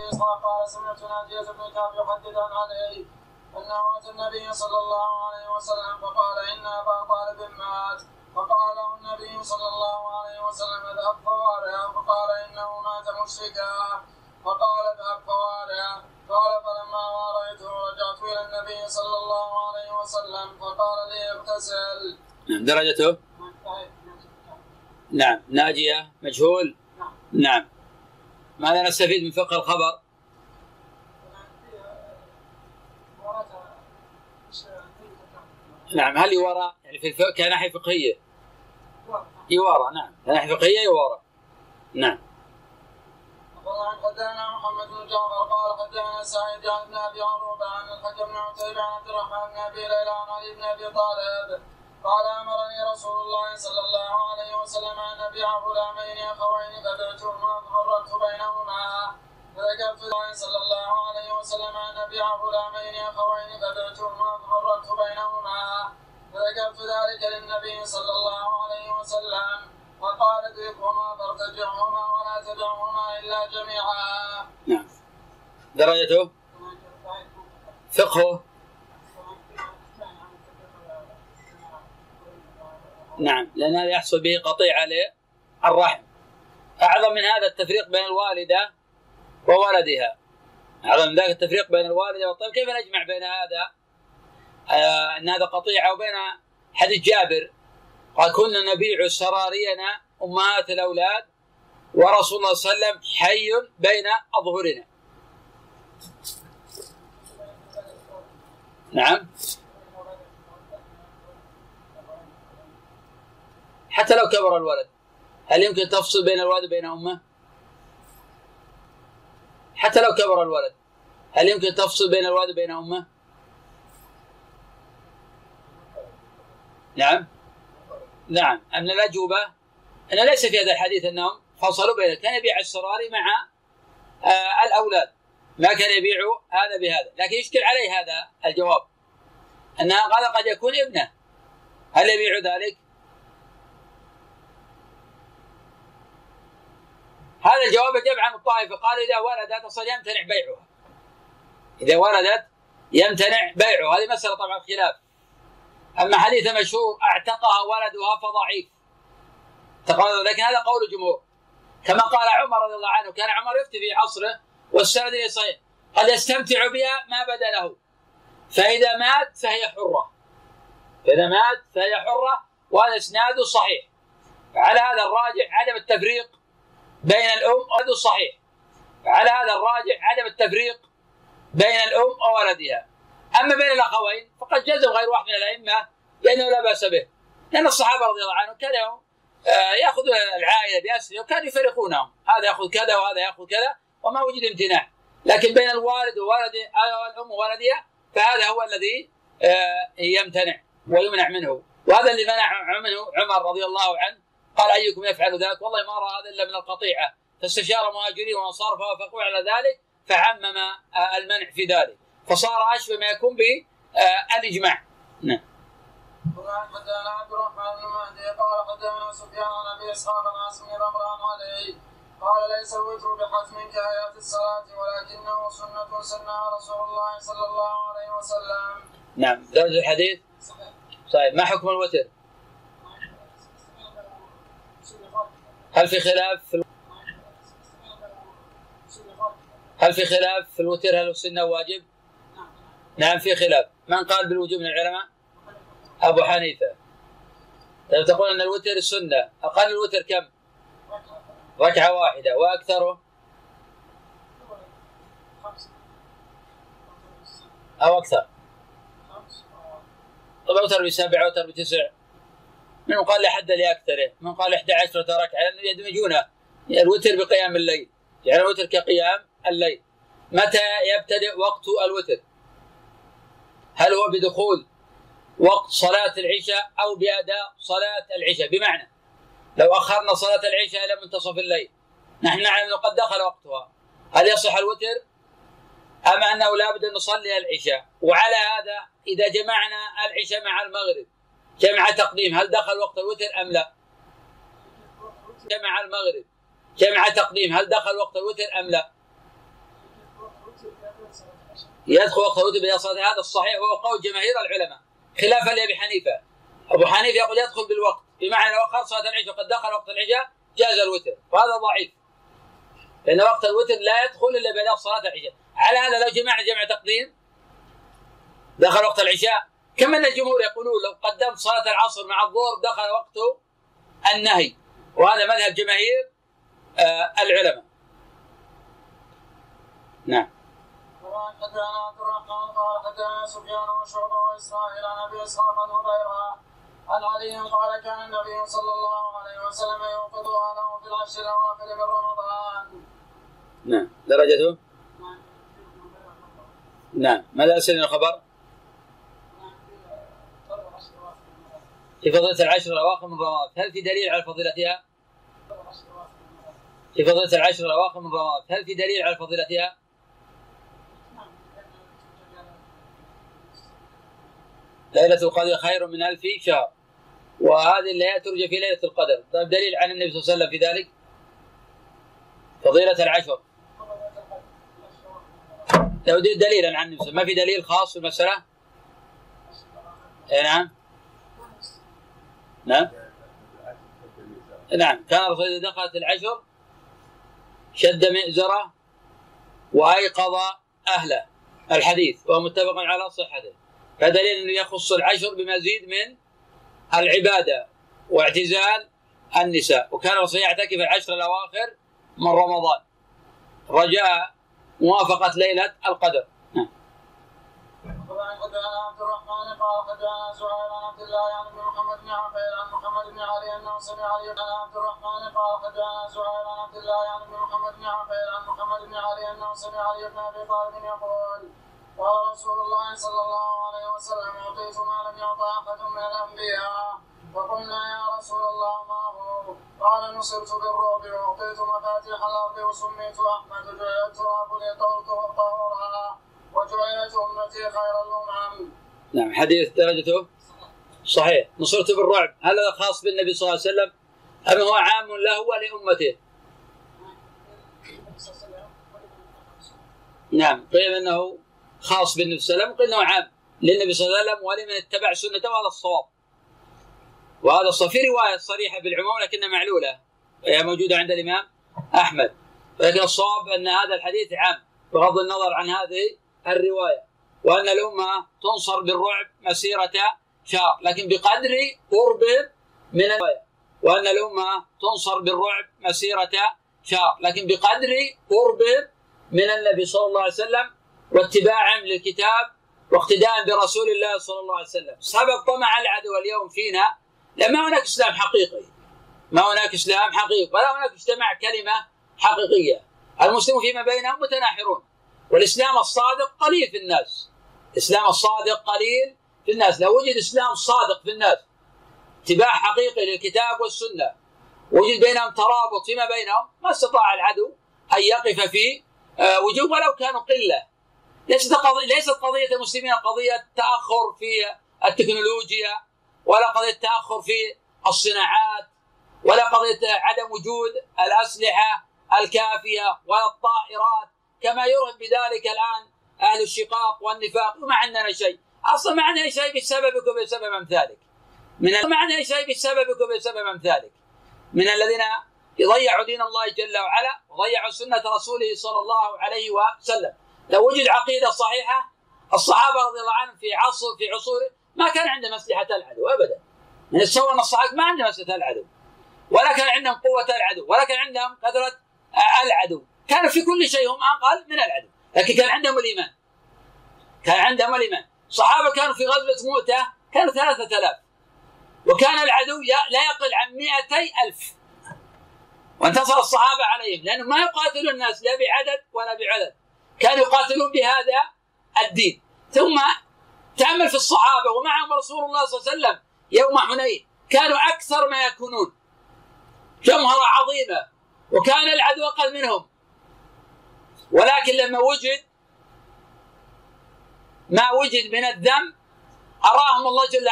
ابي اسحاق قال سمعت ناجية بن كعب يحدث عن علي انه اتى النبي صلى الله عليه وسلم فقال ان ابا طالب مات، فقال له النبي صلى الله عليه وسلم اذهب فوارها، فقال انه مات مشركا، فقال اذهب فوارها. قال فلما واريته رجعت الى النبي صلى الله عليه وسلم فقال لي اغتسل. درجته؟ نعم. ناجية مجهول؟ نعم. ماذا نستفيد من فقه الخبر؟ نعم. هل يورى يعني في كناحية فقهية؟ يورى. نعم. كناحية فقهية يورى. نعم. حدثنا محمد بن جعفر قال حدثنا سعيد بن ابي عروبه عن الحكم بن عتيبة عن عبد الرحمن بن ابي ليلى عن علي بن ابي طالب قال امرني رسول الله صلى الله عليه وسلم ان ابيع غلامين اخوين فبعتهما ففرقت بينهما. فذكرت الله صلى الله عليه وسلم ان ابيع غلامين اخوين فبعتهما ففرقت بينهما. فذكرت ذلك للنبي صلى الله عليه وسلم فقال ادركهما فارتجعهما ولا تدعهما الا جميعا. نعم. درجته؟ فقهه؟ نعم. لأن هذا يحصل به قطيعة للرحم. أعظم من هذا التفريق بين الوالدة وولدها. أعظم من ذلك التفريق بين الوالدة والطفل. كيف نجمع بين هذا أن هذا قطيعة وبين حديث جابر قال كنا نبيع سرارينا أمهات الأولاد ورسول الله صلى الله عليه وسلم حي بين أظهرنا. نعم. حتى لو كبر الولد هل يمكن تفصل بين الولد وبين أمه؟ حتى لو كبر الولد هل يمكن تفصل بين الولد وبين أمه؟ نعم. نعم. أن الأجوبة أن ليس في هذا الحديث أنهم فصلوا بين كان يبيع السراري مع الأولاد ما كان يبيعوا هذا بهذا. لكن يشكل عليه هذا الجواب أن هذا قد يكون ابنه هل يبيع ذلك؟ هذا الجواب جاب عن الطائفة قال إذا ولدت أصلا يمتنع بيعها. إذا ولدت يمتنع بيعها. هذه مسألة طبعا خلاف. أما حديث مشهور اعتقها ولدها فضعيف لكن هذا قول الجمهور كما قال عمر رضي الله عنه. كان عمر يفتي في عصره والسند صحيح قد يستمتع بها ما بدا له فإذا مات فهي حرة. وهذا اسناده صحيح. على هذا الراجح عدم التفريق بين الأم وولد الصحيح. على هذا الراجح عدم التفريق بين الأم وولدها. أما بين الأخوين فقد جزم غير واحد من الأئمة لأنه لا بأس به لأن الصحابة رضي الله عنهم كانوا يأخذون العائلة بأسره وكانوا يفرقونهم هذا يأخذ كذا وهذا يأخذ كذا وما وجد امتناع. لكن بين الوالد وولده أو الأم وولدها فهذا هو الذي يمتنع ويمنع منه. وهذا اللي منع منه عمر رضي الله عنه قال أيكم يفعل ذلك والله ما رأى هذا إلا من القطيعة فاستشار مهاجرين وأنصار فوافقوا على ذلك فعمم المنع في ذلك فصار أشبه ما يكون بالإجماع. نعم. حدثنا عبد الرحمن بن مهدي قال حدثنا سفيان عن ابي اسحاق عن عاصم بن عمران عليه قال ليس الوتر بحتم كآيات الصلاة ولكنه سنة سنها رسول الله صلى الله عليه وسلم. نعم. درجة الحديث صحيح. ما حكم الوتر؟ هل في خلاف في الوتر هل السنة واجب؟ نعم في خلاف. من قال بالوجوب من العلماء؟ أبو حنيفة. طيب تقول أن الوتر السنة. أقل الوتر كم؟ ركعة واحدة. وأكثره أو أكثر. طيب أوتر ب7 أوتر ب9 من قال لحد لأكثره من قال 11 ركعة لأنه يدمجونها الوتر بقيام الليل يعني الوتر كقيام الليل. متى يبتدئ وقت الوتر؟ هل هو بدخول وقت صلاة العشاء أو بأداء صلاة العشاء؟ بمعنى لو أخرنا صلاة العشاء إلى منتصف الليل نحن نعلم أنه قد دخل وقتها هل يصح الوتر أم أنه لا بد أن نصلي العشاء؟ وعلى هذا إذا جمعنا العشاء مع المغرب جمع تقديم هل دخل وقت الوتر أم لا؟ جمع المغرب جمع تقديم هل دخل وقت الوتر أم لا؟ يدخل وقت الوتر بداية صلاة، هذا الصحيح وهو قول جماهير العلماء خلافا لأبي حنيفة. أبو حنيفة يقول يدخل بالوقت، بمعنى لو أخر صلاة العشاء وقد دخل وقت العشاء جاز الوتر، وهذا ضعيف لأن وقت الوتر لا يدخل إلا بداية صلاة العشاء. على هذا لو جمعنا جمع تقديم دخل وقت العشاء، كما أن الجمهور يقولون لو قدمت صلاة العصر مع الظهر دخل وقت النهي، وهذا مذهب جماهير العلماء. نعم. حدثنا عبد الرحمن قال حدثنا سفيان وشعبة وإسرائيل عن أبي إسحاق عن هريرة عن علي قال كان النبي صلى الله عليه وسلم يوقظ أهله في العشر الأواخر من رمضان. نعم. درجته؟ نعم. ماذا سن الخبر؟ في فضيلة العشر الأواخر من رمضان، هل في دليل على فضيلتها؟ في فضيلة العشر الأواخر من رمضان، هل في دليل على فضيلتها؟ ليلة القدر خير من 1000 شهر، وهذه الليلة ترجى في ليلة القدر. طيب دليل عن النبي صلى الله عليه وسلم في ذلك؟ فضيلة العشر لو دليلا عن النبي، ما في دليل خاص في المسألة؟ نعم. نعم. نعم. كان الرسول إذا دخلت العشر شد مئزره وأيقظ أهله، الحديث وهو متفق على صحته، فدليل أنه يخص العشر بمزيد من العبادة واعتزال النساء. وكان الرسول يعتكف العشر الأواخر من رمضان رجاء موافقة ليلة القدر. حدثنا عبد الرحمن قال حدثنا زهير عن عبد الله عن محمد بن عقيل عن محمد بن علي انه سمع علي بن عبد الرحمن قال حدثنا زهير عن عبد الله عن محمد بن عقيل عن محمد بن علي انه سمع علي بن ابي طالب يقول قال رسول الله صلى الله عليه وسلم اعطيت ما لم يعط احد من الانبياء، فقلنا يا رسول الله ما هو؟ قال نصرت بالرعب واعطيت مفاتيح الارض وسميت احمد وجعلت التراب لي طهورها وجعلت أمتي خير الأمم. نعم. حديث درجته صحيح. نصرت بالرعب، هل هذا خاص بالنبي صلى الله عليه وسلم أم هو عام له ولأمته؟ نعم. قيل أنه خاص بالنبي صلى الله عليه وسلم، وقيل أنه عام للنبي صلى الله عليه وسلم ولمن اتبع سنته، وهذا الصواب. وهذا الصواب في رواية صريحة بالعموم لكنها معلولة هي موجودة عند الإمام أحمد، ولكن الصواب أن هذا الحديث عام بغض النظر عن هذه الرواية، وأن الأمة تنصر بالرعب مسيرة شهر لكن بقدر قرب من الرواية، وأن الأمة تنصر بالرعب مسيرة شهر لكن بقدر قرب من النبي صلى الله عليه وسلم واتباعا للكتاب واقتداء برسول الله صلى الله عليه وسلم. سبب طمع العدو اليوم فينا لما هناك إسلام حقيقي، ما هناك إسلام حقيقي ولا هناك اجتماع كلمة حقيقية. المسلمون فيما بينهم متناحرون، والإسلام الصادق قليل في الناس. الإسلام الصادق قليل في الناس. لو وجد إسلام صادق في الناس اتباع حقيقي للكتاب والسنة وجد بينهم ترابط فيما بينهم ما استطاع العدو أن يقف في وجوب ولو كانوا قلة. ليست قضية المسلمين قضية تأخر في التكنولوجيا ولا قضية تأخر في الصناعات ولا قضية عدم وجود الأسلحة الكافية ولا الطائرات كما يرهب بذلك الآن أهل الشقاق والنفاق. وما عندنا شيء، أصلا ما عندنا شيء بسببك وبسبب أمثالك، ما عندنا شيء بسببك وبسبب أمثالك من الذين يضيعوا دين الله جل وعلا وضيعوا سنة رسوله صلى الله عليه وسلم. لو وجد عقيدة صحيحة الصحابة رضي الله عنهم في عصوره ما كان عندهم أسلحة العدو أبدا. من السوء أن الصحابة ما عندهم أسلحة العدو ولا كان عندهم قوة العدو ولا كان عندهم قدرة العدو، كانوا في كل شيء هم أقل من العدو، لكن كان عندهم الإيمان. الصحابة كانوا في غزوة مؤتة كانوا 3000 وكان العدو لا يقل عن 200,000 وانتصر الصحابة عليهم لأنهم ما يقاتلون الناس لا بعدد ولا بعدد، كانوا يقاتلون بهذا الدين. ثم تأمل في الصحابة ومعهم رسول الله صلى الله عليه وسلم يوم حنين كانوا أكثر ما يكونون، جمهرة عظيمة وكان العدو أقل منهم، ولكن لما وجد ما وجد من الذنب أراهم الله جل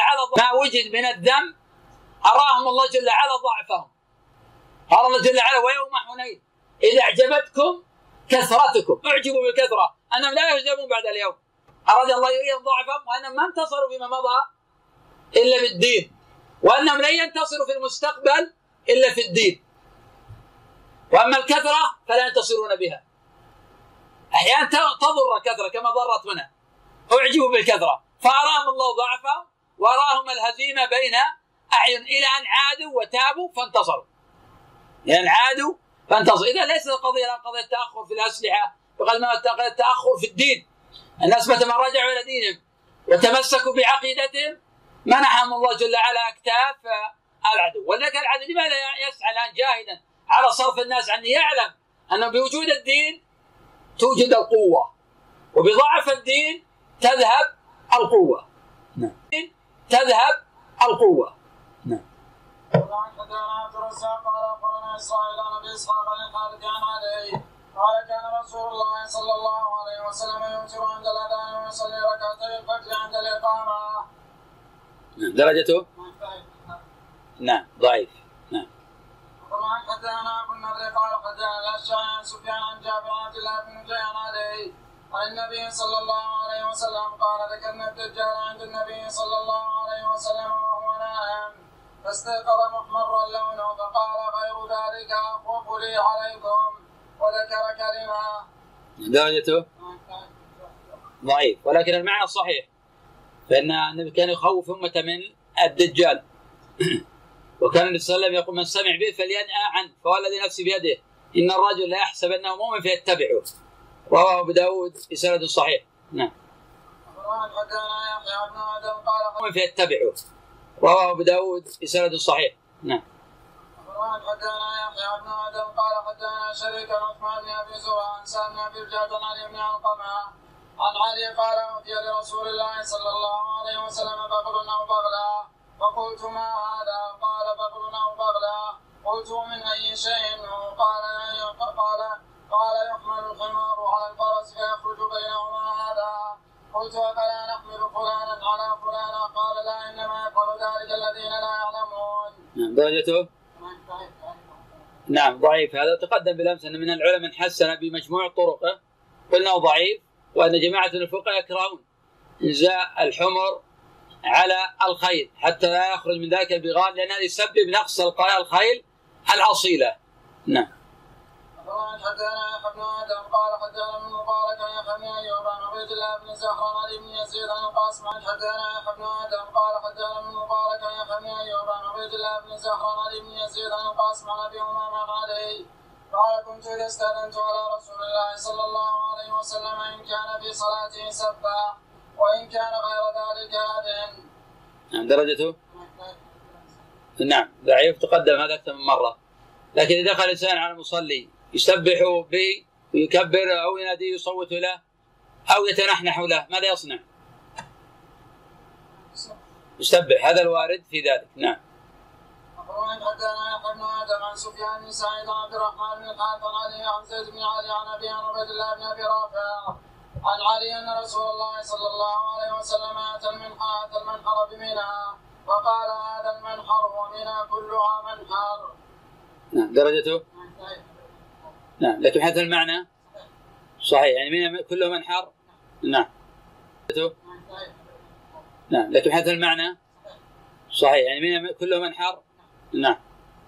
وعلا ضعفهم. قال الله جل وعلا ويوم حنين إذا أعجبتكم كثرتكم، اعجبوا بالكثرة أنهم لا يهزمون بعد اليوم. أراد الله يريهم ضعفهم وأنهم ما انتصروا فيما مضى إلا بالدين، وأنهم لن ينتصروا في المستقبل إلا في الدين. وأما الكثرة فلا ينتصرون بها. أحيانا تضر الكثرة كما ضرت هنا، أعجبوا بالكثرة فأراهم الله ضعفا وأراهم الهزيمة بين أعين إلى أن عادوا وتابوا فانتصروا. يعني عادوا فانتصروا. إذا ليست القضية الآن قضية تأخر في الأسلحة، بل ما التأخر في الدين. الناس متى ما رجعوا إلى دينهم وتمسكوا بعقيدتهم منحهم الله جل وعلا أكتاف العدو. ولذلك العدو لماذا يسعى الآن جاهدا على صرف الناس عنه؟ يعلم أنه بوجود الدين توجد القوة، وبضعف الدين تذهب القوة. نعم. تذهب القوة. نعم. قال كان رسول الله صلى الله عليه وسلم يوتر عند الأذان ويصلي ركعتي الفجر عند الإقامة. درجته؟ نعم ضعيف. نعم. طبعا حدثنا ابو النضر قال حدثنا الاشعري عن سفيان عن جابر عن عبد الله بن جيان عليه عن النبي صلى الله عليه وسلم قال ذكرنا الدجال عند النبي صلى الله عليه وسلم وهو نائم فاستيقظ محمرا لونه فقال غير ذلك اخوف لي عليكم وذكر كلمه. درجته ضعيف، ولكن المعنى صحيح، فإن النبي كان يخوف أمة من الدجال. وكان النبي صلى الله عليه وسلم يقول من سمع به فلينأى عنه، فوالذي نفسي بيده إن الرجل لا يحسب أنه مؤمن فيتبعه. رواه أبو داود بسند صحيح. نعم. مؤمن فيتبعه. رواه أبو داود بسند صحيح. نعم. حدثنا يحيى بن آدم قال حدثنا شريك عثمان بن أبي زرع عن سالم بن أبي الجعد عن علي بن علقمة عن علي قال أوتي لرسول الله صلى الله عليه وسلم بغل أو بغلا فقلت ما هذا؟ قال بغل أو بغلا. قلت من أي شيء؟ قال يحمل الحمار على الفرس فيخرج بينهما هذا. قلت أفلا نحمل فلانا على فلانا؟ قال لا إنما يفعل ذلك الذين لا يعلمون. درجته؟ نعم ضعيف. هذا تقدم بالأمس أن من العلماء من حسن بمجموع طرقه قلنا ضعيف، وأن جماعة الفقهاء يكرهون إنزاء الحمر على الخيل حتى لا يخرج من ذلك البغال، لأن هذا يسبب نقص الخيل الأصيلة. نعم. حدثنا يحيى بن آدم قال حدثنا ابن مبارك عن يحيى بن أيوب عن عبيد الله بن زهران عن ابن يزيد عن القاسم عن حدثنا يحيى بن آدم قال حدثنا ابن مبارك عن يحيى بن أيوب عن عبيد الله بن زهران عن ابن يزيد عن القاسم عن أبي أمامة عن علي قال كنت إذا استأذنت على رسول الله صلى الله عليه وسلم إن كان في صلاته سبح وإن كان غير ذلك أذن. درجته؟ نعم ضعيف، تقدم هذا أكثر من مرة. لكن إذا دخل الإنسان على المصلي يسبح به ويكبر أو يناديه يصوت له أو يتنحنح له، ماذا يصنع؟ يسبح، هذا الوارد في ذلك. نعم. حدثنا يحيى بن آدم عن سفيان بن سعيد عن عبد الرحمن بن الحارث عن علي عن زيد بن علي عن أبي عن عبيد الله بن أبي رافع عن علي أن رسول الله صلى الله عليه وسلم أتى المنحر بمنى وقال هذا المنحر ومنى كلها منحر. نعم. درجته؟ نعم. لكن حتى المعنى صحيح، يعني منى كله منحر. نعم. نعم. لكن حتى المعنى صحيح، يعني منى كله منحر. نعم.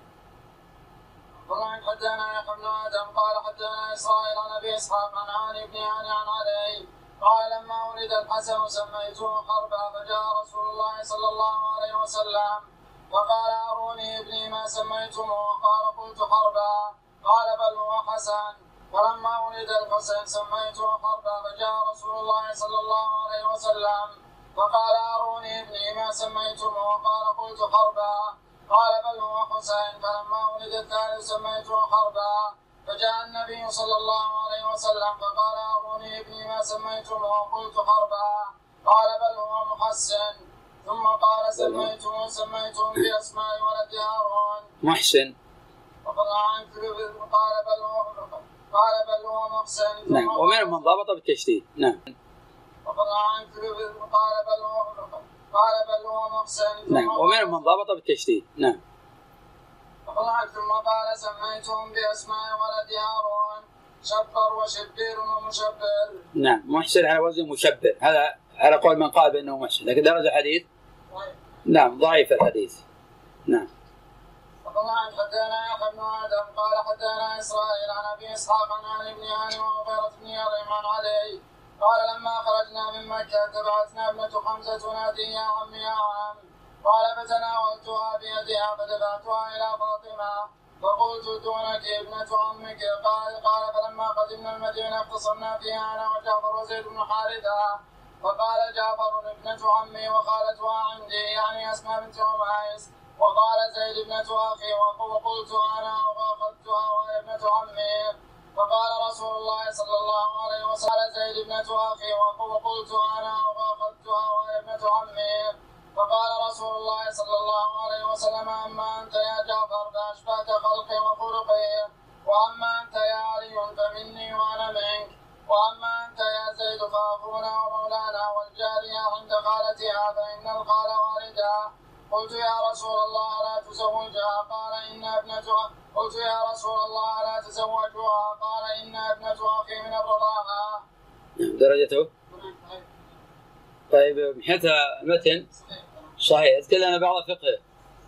حدثنا يحيى بن آدم قال حدثنا إسرائيل عن أبي إسحاق عن عاني بن عن علي قال لما ولد الحسن سميته حربا فجاء رسول الله صلى الله عليه وسلم وقال أروني ابني ما سميتموه قال قلت حربا قال بل هو حسن. فلما ولد الحسين سميته حربا فجاء رسول الله صلى الله عليه وسلم وقال أروني ابني ما سميتموه قال قلت حربا قال بل هو حسين. فلما ولد الثالث سميته حربا فجاء النبي صلى الله عليه وسلم فقال أروني ابني ما سميتموه قلت حربا قال بل هو محسن. ثم قال سميتم بأسماء ولد هارون محسن. قال بل هو محسن. نعم. ومن ضبط بالتشديد. نعم. قال بل هو محسن. نعم. ومن ضبط بالتشديد. نعم. ثم قال سميتهم بأسماء ولد هارون شبر وشبير ومشبر. نعم، محسن على وزن مشبر، هذا على قول من قال بأنه محسن، لكن درجة حديث نعم ضعيف الحديث. نعم. وقال حدثنا يحيى بن آدم قال حدثنا إسرائيل عن أبي إسحاق عن ابن هاني ومغيرة بن يريم عن علي قال لما خرجنا من مكة تبعتنا ابنة حمزة تنادي يا عم يا عم، قال فتناولتها بيدها فدفعتها إلى فاطمة فقلت دونك ابنة عمك. قال فلما قدمنا المدينة اختصمنا فيها أنا وجعفر وزيد بن حارثة، فقال جعفر ابنة عمي وخالتها عندي يعني أسماء بنت عميس، وقال زيد ابنة أخي، وقلت أنا وأخذتها وهي ابنة عمي. فقال رسول الله صلى الله عليه وسلم زيد ابنة أخي، وقلت أنا وأخذتها وهي ابنة عمي. فقال رسول الله صلى الله عليه وسلم أما أنت يا جعفر فأشبهت خلقي وخلقي، وأما أنت يا علي فمني وأنا منك، وأما أنت يا زيد فأخونا ومولانا والجارية عند خالتها فإن الخال والدها. قلت يا رسول الله لا تزوجها؟ قال إن ابنة. قلت يا رسول الله لا تزوجها؟ قال إن ابنة أخي من الرضاعة. درجته طيب من حيث المتن صحيح. اذكر لنا بعض فقهه.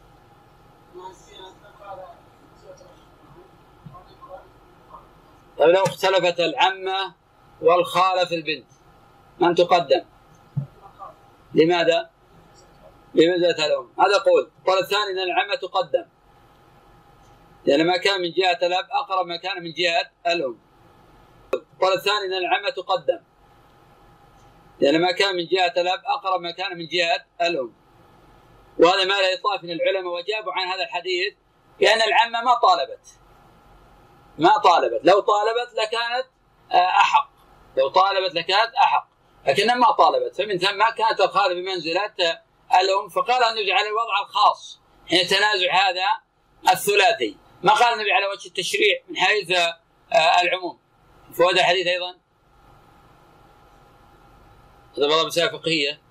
طيب لو اختلفت العمة والخالة في البنت من تقدم؟ لماذا؟ بمنزلة الأم. هذا قول. القول الثاني أن العمة تقدم لأن ما كان من جهة الأب أقرب ما كان من جهة الأم. القول الثاني أن العمة تقدم لأن ما كان من جهة الأب أقرب ما كان من جهة الأم. وهذا ما لا يطاف من العلماء وجابوا عن هذا الحديث بأن العمة ما طالبت. لو طالبت لكانت أحق، لكنها ما طالبت، فمن ثم ما كانت الخالة بمنزلة الأم. فقال النبي على الوضع الخاص حين تنازع هذا الثلاثي، ما قال النبي على وجه التشريع من حيث العموم. فهذا الحديث أيضا هذا بعض مسائل فقهية.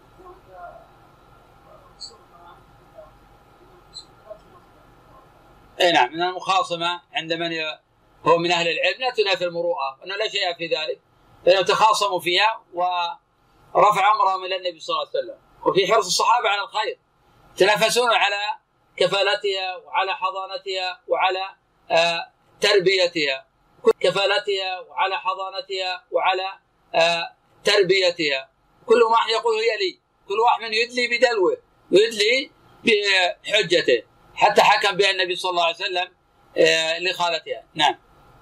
اي نعم، من المخاصمة عند من هو من أهل العلم لا تنافي المروءة، وأنه لا شيء في ذلك، لأنهم تخاصموا فيها ورفع أمرهم إلى النبي صلى الله عليه وسلم. وفي حرص الصحابة على الخير تنافسون على كفالتها وعلى حضانتها وعلى تربيتها كل واحد يقول هي لي، كل واحد من يدلي بدلوه ويدلي بحجته، حتى حكم بها النبي صلى الله عليه وسلم لخالتها. نعم.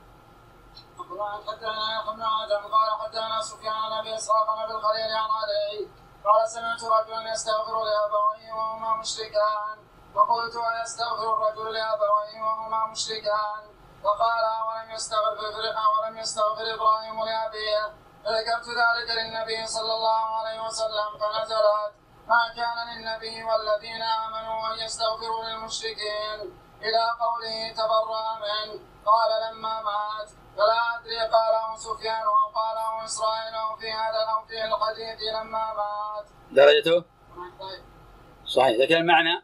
حدثنا يحيى بن آدم قال حدثنا سفيان عن أبي إسحاق عن أبي الخليل عن علي قال سمعت رجلا يستغفر لأبويه وهما مشركان، فقلت أيستغفر الرجل لأبويه وهما مشركان؟ فقال ولم يستغفر إبراهيم لأبيه. فذكرت ذلك للنبي صلى الله عليه وسلم فنزلت ما كان للنبي والذين آمنوا أن يستغفروا للمشركين إلى قوله تبرأ منه. قال لما مات فلا أدري قاله سفيان وقاله إسرائيل في هذا أو في الحديث لما مات. درجته صحيح. ذكر المعنى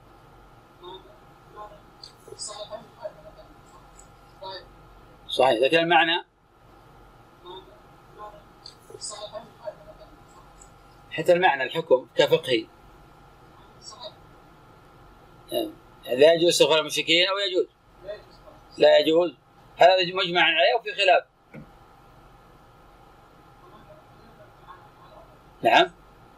صحيح. ذكر المعنى حتى المعنى الحكم كفقهي لا يجوز استغفار المشركين أو يجوز؟ لا يجوز. هذا مجمع عليه وفي خلاف. نعم.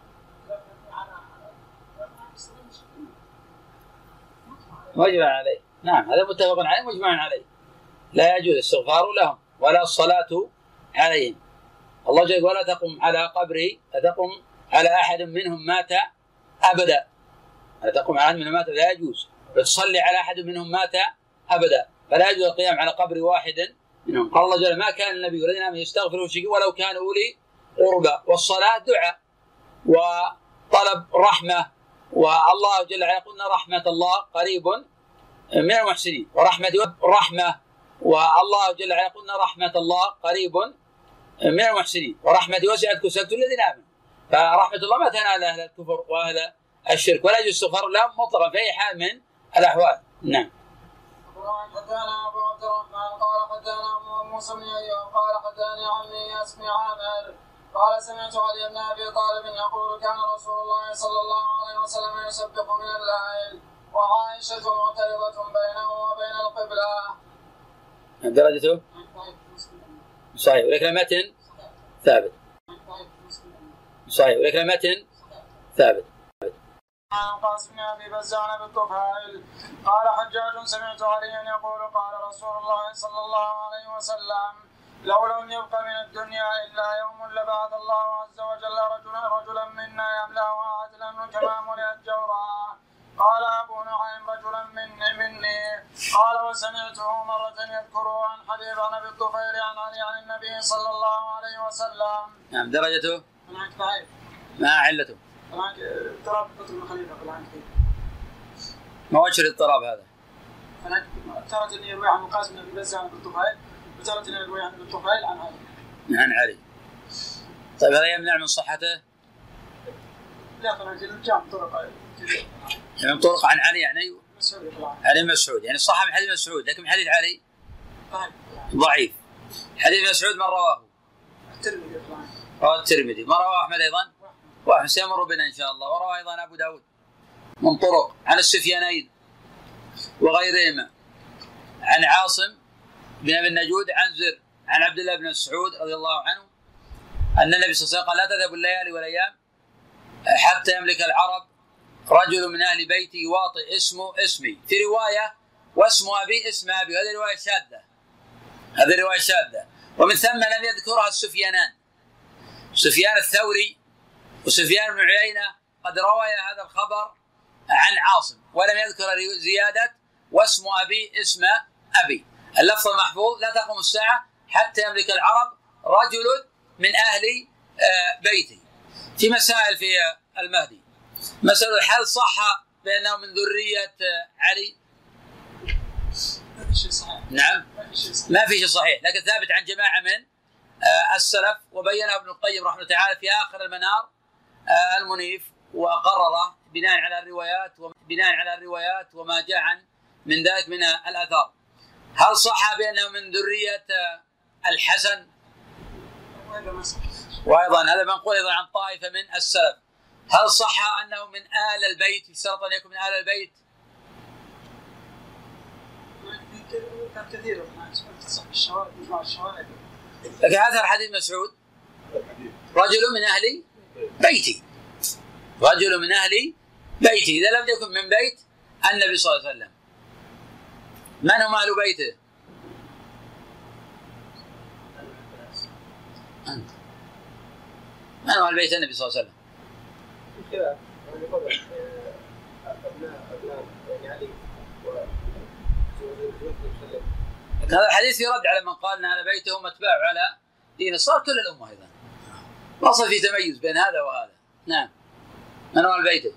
مجمع عليه. نعم هذا متفق عليه مجمع عليه. لا يجوز الاستغفار لهم ولا الصلاة عليهم. الله جل وعلا تقم على قبره، تقم على أحد منهم مات أبدا، تقوم على أحد منهم مات لا يجوز، وتصلي على أحد منهم مات أبدا، فلا يجوز القيام على قبر واحد منهم. قال الله جل ما كان النبي والذين آمنوا يستغفروا المشركين ولو كانوا أولي قربى. والصلاة دعاء وطلب رحمة، والله جل وعلا قلنا رحمة الله قريب من المحسنين، ورحمة رحمة، والله جل وعلا قلنا رحمة الله قريب من المحسنين، ورحمة وسعت كسبت الذين آمنوا. فرحمة الله ما تنال أهل الكفر وأهل الشرك، ولا يجوز استغفار لهم مطلقا في أي حال من الأحوال. نعم. حدثنا ابو عبد الرحمن قال حدثنا موسى بن ايوب قال حدثني عمي ياس بن عامر قال سمعت علي بن ابي طالب يقول كان رسول الله صلى الله عليه وسلم يسبح من الليل وعائشه معترضه بينه وبين القبله. درجته صحيح ولكن متن ثابت. صحيح ولكن متن ثابت. عن قاسم بن ابي بزان بالطفيل قال حجاج سمعت عليا يقول قال رسول الله صلى الله عليه وسلم لو لم يبق من الدنيا الا يوم لبعث الله عز وجل رجلا منا يملأها عدلا كما ملئت جورا. قال ابو نعيم رجلا مني قال وسمعته مرة يذكر عن حبيب عن ابي الطفيل عن علي عن النبي صلى الله عليه وسلم. نعم درجته ما علته اضطراب بن خليفه ما وجه الاضطراب هذا؟ ترى اني يروي عن قاسم بن ابي بزة عن الطفيل وترى اني يروي عن الطفيل عن علي. عن علي. طيب هذا يمنع من صحته؟ لا طبعا الجامع طرق من طرق عن علي يعني علي مسعود يعني صح من حديث مسعود لكن من حديث علي ضعيف. حديث مسعود من رواه؟ الترمذي. ما رواه احمد ايضا؟ واحد سيمر بنا ان شاء الله. ورواه ايضا ابو داود من طرق عن السفيانين وغيرهما عن عاصم بن ابي النجود عن زر عن عبد الله بن مسعود رضي الله عنه ان النبي صلى الله عليه وسلم قال لا تذهب الليالي والايام حتى يملك العرب رجل من اهل بيتي يواطئ اسمه اسمي، في روايه واسم ابي اسم ابي، هذه روايه شاذه. ومن ثم لم يذكرها السفيانان، سفيان الثوري وسفيان بن عيينة قد روى هذا الخبر عن عاصم ولم يذكر زيادة واسم أبي اسم أبي. اللفظ المحفوظ لا تقوم الساعة حتى يملك العرب رجل من أهل بيتي. في مسائل في المهدي، مسألة هل صح بأنه من ذرية علي؟ نعم ما في شيء صحيح لكن ثابت عن جماعة من السلف وبينه ابن القيم رحمه الله تعالى في آخر المنار المنيف وقرره بناء على الروايات وما جاء عن من ذلك من الآثار. هل صح بأنه من ذرية الحسن؟ وأيضا هذا منقول أيضا عن طائفة من السلف. هل صح أنه من آل البيت؟ يشترط أن يكون من آل البيت؟ كثير لكن هذا حديث مسعود رجل من أهل بيتي، رجل من أهل بيتي. إذا لم يكن من بيت النبي صلى الله عليه وسلم من هم أهل بيته؟ أنت من هم أهل بيت النبي صلى الله عليه وسلم؟ هذا الحديث يرد على من قال ان اهل بيته هم اتباع على دين صار كل الامه ايضا. وصل في تميز بين هذا وهذا. نعم من هو اهل بيته؟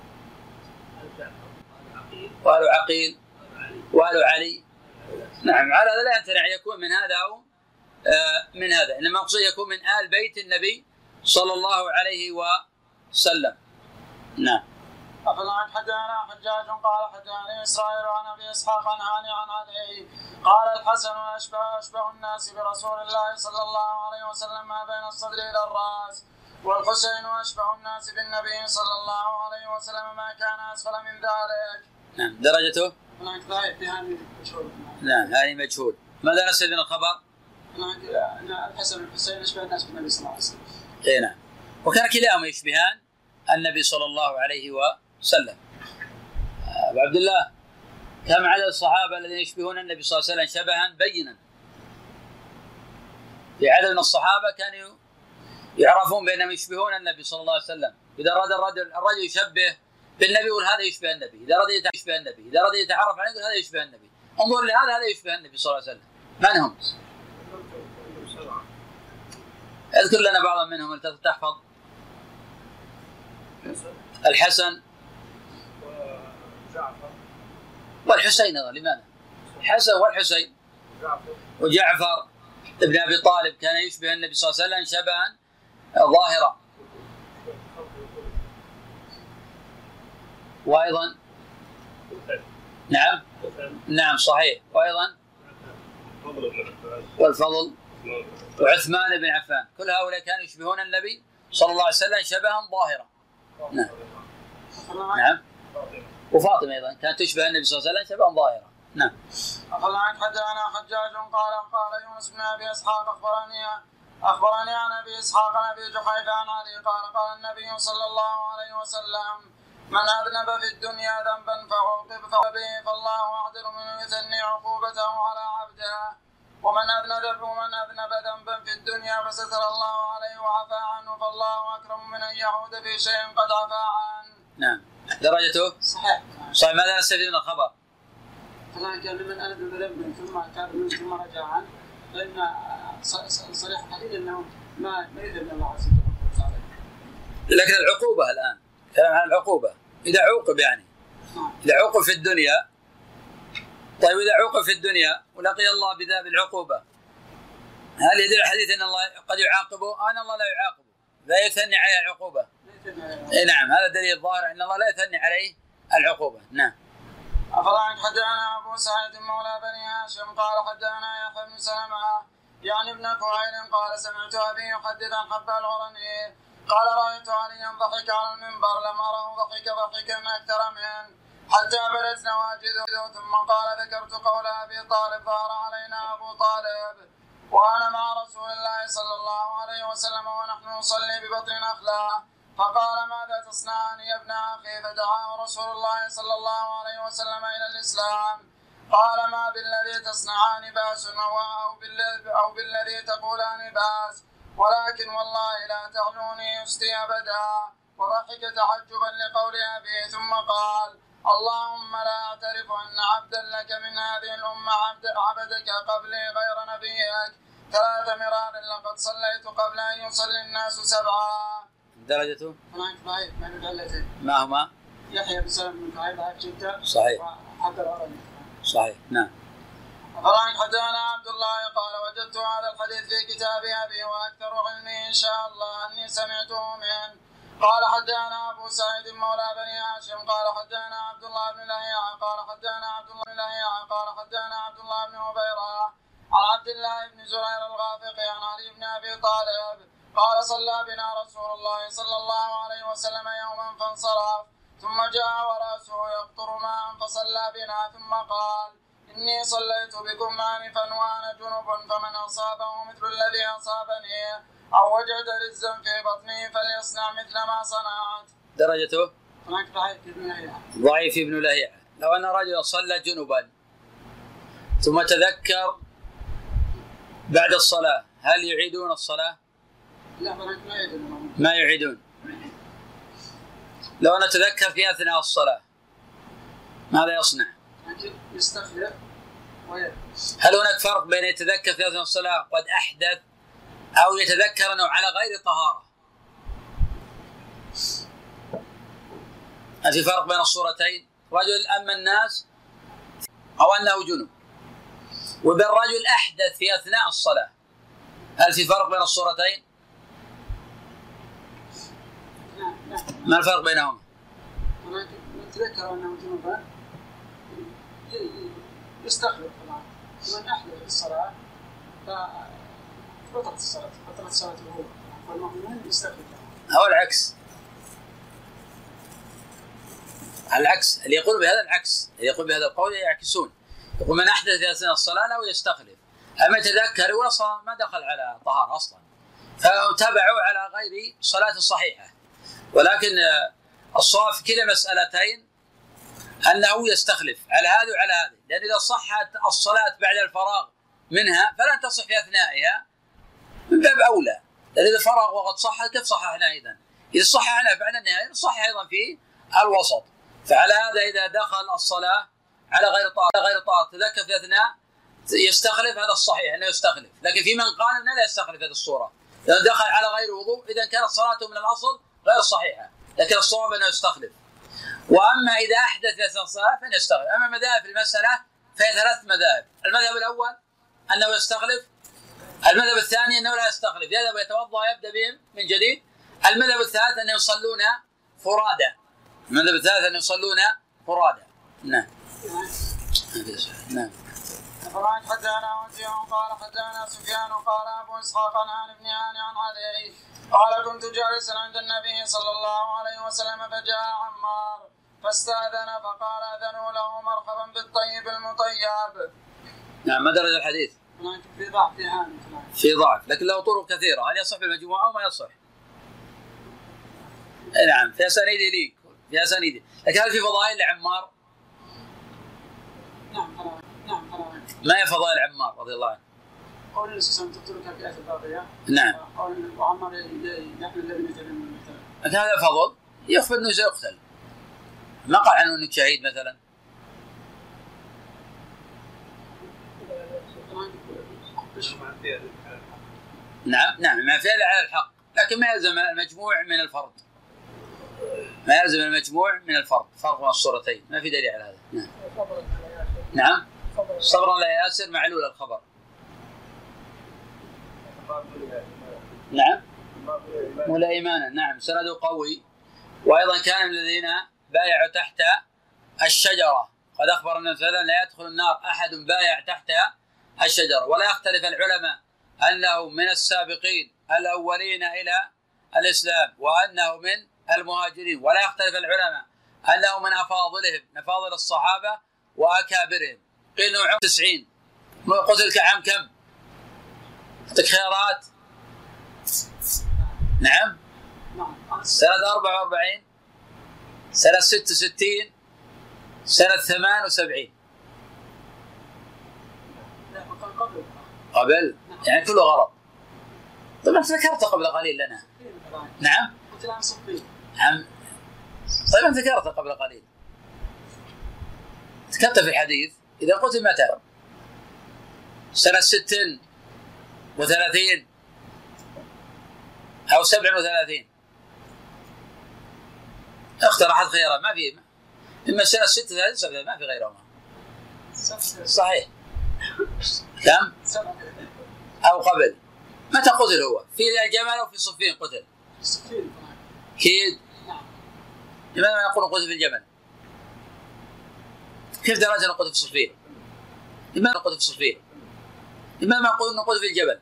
وآل عقيل وآل علي. نعم على هذا لا يمتنع يكون من هذا او من هذا، انما مقصود يكون من آل بيت النبي صلى الله عليه وسلم. نعم. أفلا حدثنا حجاج قال حدثني إسرائيل عن أبي إسحاق عن هاني عن علي قال الحسن أشبه الناس برسول الله صلى الله عليه وسلم ما بين الصدر إلى الرأس، والحسين أشبه الناس بالنبي صلى الله عليه وسلم ما كان أسفل من ذلك. نعم درجته؟ هناك ضعيف هاني مجهول. نعم هاني مجهول. ماذا نسأل من الخبر؟ الحسن والحسين أشبه الناس بالنبي صلى الله عليه وسلم. إيه نعم. وكان كلاهما يشبهان النبي صلى الله عليه وسلم. أبو عبد الله كم عدد الصحابة الذين يشبهون النبي صلى الله عليه وسلم شبها بينا؟ في عدد من الصحابة كانوا يعرفون بأنهم يشبهون النبي صلى الله عليه وسلم. إذا أراد الرجل يشبه بالنبي يقول هذا يشبه النبي، إذا أراد يشبه النبي، إذا أراد يتعرف عليه يقول هذا يشبه النبي. انظر لهذا هذا يشبه النبي صلى الله عليه وسلم. من هم؟ اذكر لنا بعضا منهم التي تحفظ. الحسن والحسين أيضا. لماذا؟ الحسن والحسين وجعفر ابن أبي طالب كان يشبه النبي صلى الله عليه وسلم شبها ظاهرا. وأيضا نعم نعم صحيح. وأيضا والفضل وعثمان بن عفان، كل هؤلاء كانوا يشبهون النبي صلى الله عليه وسلم شبها ظاهرا. نعم نعم. وفاطمة أيضا كانت تشبه النبي صلى الله عليه وسلم شبها ظاهرا. نعم. أخذ عنك حدثنا حجاج قال يونس بن أبي إسحاق أخبرني عن أبي إسحاق عن أبي جحيفة عن علي قال النبي صلى الله عليه وسلم: من أذنب في الدنيا ذنبا فعوقب به فالله أعدل منه يثني عقوبته على عبده، ومن أذنب ذنبا في الدنيا فستر الله عليه وعفى عنه فالله أكرم من أن يعود في شيء قد عفى عنه. نعم. درجته صحيح. ماذا نستفيد من الخبر؟ فلكن من أذنب ذنبا ثم تاب منه ثم رجع عنه فإن صريح قليل أنه ما يذنب الله عز وجل. لكن العقوبة الآن كلام عن العقوبة، إذا عوقب يعني إذا عوقب في الدنيا، طيب إذا عوقب في الدنيا ولقي الله بذا بالعقوبة، هل يدل الحديث أن الله قد يعاقبه؟ أن الله لا يعاقبه، لا يثني عليه العقوبة. نعم، هذا دليل ظاهر أن الله لا يثني عليه العقوبة. نعم. أخبرنا حدثنا أبو سعيد مولى بني هاشم قال حدثنا يحيى بن سلمة يعني ابن كهيل قال سمعت أبي يحدث عن حبة العرني قال رأيت عليا ضحك على المنبر لم أره ضحكا أكثر منه حتى بدت نواجذه، ثم قال ذكرت قول أبي طالب ظهر علينا أبو طالب وأنا مع رسول الله صلى الله عليه وسلم ونحن نصلي ببطن نخلة، فقال ماذا تصنعان يا ابن أخي؟ فدعاه رسول الله صلى الله عليه وسلم إلى الإسلام. قال ما بالذي تصنعان بأس أو بالذي تقولان بأس، ولكن والله لا تعلوني يستي أبدا. وضحك تعجبا لقول أبيه ثم قال اللهم لا أعترف أن عبدا لك من هذه الأمة عبدك قبلي غير نبيك 3 مرات لقد صليت قبل أن يصلي الناس 7. درجته؟ هناك ضعيف من العلتين. ما هما؟ يحيى بن سلمة بن كهيل ضعيف جدا. صحيح. وحب العرني. صحيح. نعم. أخبرني حدثنا عبد الله قال وجدت هذا الحديث في كتاب أبي وأكثر علمي إن شاء الله أني سمعته منه. قال حدثنا أبو سعيد مولى بني هاشم قال حدثنا عبد الله بن لهيعة قال حدثنا عبد الله بن هبيرة عن عبد الله بن زرير الغافقي عن علي بن أبي طالب قال صلى بنا رسول الله صلى الله عليه وسلم يوما فانصرف ثم جاء ورأسه يقطر ماء فصلى بنا ثم قال إني صليت بكم آنفا وأنا جنب فمن أصابه مثل الذي أصابني أو وجد رزا في بطنه فليصنع مثل ما صنعت. درجته؟ هناك ضعيف ابن لهيعة. لو أن رجل صلى جنبا ثم تذكر بعد الصلاة هل يعيدون الصلاة؟ لا ما يعيدون. لو أنا تذكر في أثناء الصلاة ماذا يصنع؟ يستخدم. هل هناك فرق بين يتذكر في أثناء الصلاة قد أحدث أو يتذكر أنه على غير طهارة؟ هل في فرق بين الصورتين؟ رجل أما الناس أو أنه جنب، وبين رجل أحدث في أثناء الصلاة، هل في فرق بين الصورتين؟ ما الفرق بينهما؟ نتذكر أنه جنوبا يستخدم طبعا من أحدث الصلاة فبطلت الصلاة هو فالمؤمن يستخدم. أو العكس اللي يقول بهذا العكس، اللي يقول بهذا القول يعكسون، يقول من أحدث في أثناء الصلاة لا يستخلف، أما يتذكر وصلا ما دخل على طهارة أصلا، فتابعوا على غير صلاة صحيحة. ولكن الصواب في كلا مسألتين أنه يستخلف على هذه وعلى هذه، لأن إذا صحت الصلاة بعد الفراغ منها فلن تصح في أثنائها من باب أولى، لأن إذا فرغ وقد صحت كيف صححنا أيضا؟ إذا صححنا بعد النهاية صح أيضا في الوسط. فعلى هذا إذا دخل الصلاة على غير طهارة تذكر في أثناء يستخلف، هذا الصحيح أنه يستخلف. لكن في من قال أنه لا يستخلف هذه الصورة، لأنه دخل على غير وضوء إذا كانت صلاته من الأصل غير صحيحة، لكن الصواب أنه يستخلف. وأما إذا أحدث في أثناء الصلاة فإنه يستخلف. أما مذاهب في المسألة فهي 3 مذاهب. المذهب الأول أنه يستخلف، المذهب الثاني أنه لا يستخلف، يذهب ويتوضأ ويبدأ بهم من جديد. المذهب الثالث أنه يصلون فرادى. المذهب الثالث أنه يصلون فرادى. نعم. نعم. فمن حدثنا وكيع قال حدثنا سفيان قال ابو اسحاق عن ابن هاني عن علي قال كنت جالسا عند النبي صلى الله عليه وسلم فجاء عمار فاستاذن فقال اذنوا له مرحبا بالطيب المطيب. نعم. ما درجة الحديث؟ في ضعف في ضعف، لكن له طرق كثيرة. هل يصح بالمجموعة أو ما يصح؟ نعم. في أسانيده ليك، في أسانيده. لكن هل في فضائل لعمار؟ نعم. ما هي فضائل عمار رضي الله عنه؟ قول الإسلام تتركها في آية الباقية. نعم. وعمار يحمل الذين يتبعون مثلا. لكن هذا فضل يخفى أنه سيقتل. ما قال عنه أنك شهيد مثلا. نعم ما فعل على الحق، لكن ما يلزم المجموع من الفرد. ما يلزم المجموع من الفرد، فرق بين الصورتين، ما في دليل على هذا. نعم. نعم. صبرا لا ياسر معلول الخبر. نعم. ولا إيمانا. نعم. سنده قوي. وأيضا كان من الذين بايعوا تحت الشجرة. قد أخبر النبي صلى الله عليه وسلم لا يدخل النار أحد بايع تحت الشجرة. ولا يختلف العلماء أنه من السابقين الأولين إلى الإسلام وأنه من المهاجرين. ولا يختلف العلماء أنه من أفاضلهم، من أفاضل الصحابة وأكابرهم. قيل أنه عام 90. قتل كعام كم؟ أعطيك خيارات. نعم. سنة 44، سنة 66، سنة 78. قبل يعني كله غلط. طبعا ذكرت قبل قليل لنا. نعم. نعم. طيب ذكرت قبل قليل. ذكرت في الحديث إذا قلت متى؟ سنة 36 أو 37. اختر أحد خيارات. ما في إما سنة 36 37 ما في غيرهما. صحيح. كم؟ أو قبل. متى قتل هو؟ في الجمل أو في صفين قتل؟ كيد. لماذا ما نقول قتل في الجمل؟ كيف درجة نقول في صفين؟ لماذا نقول في صفين؟ لماذا ما نقول نقول في الجبل؟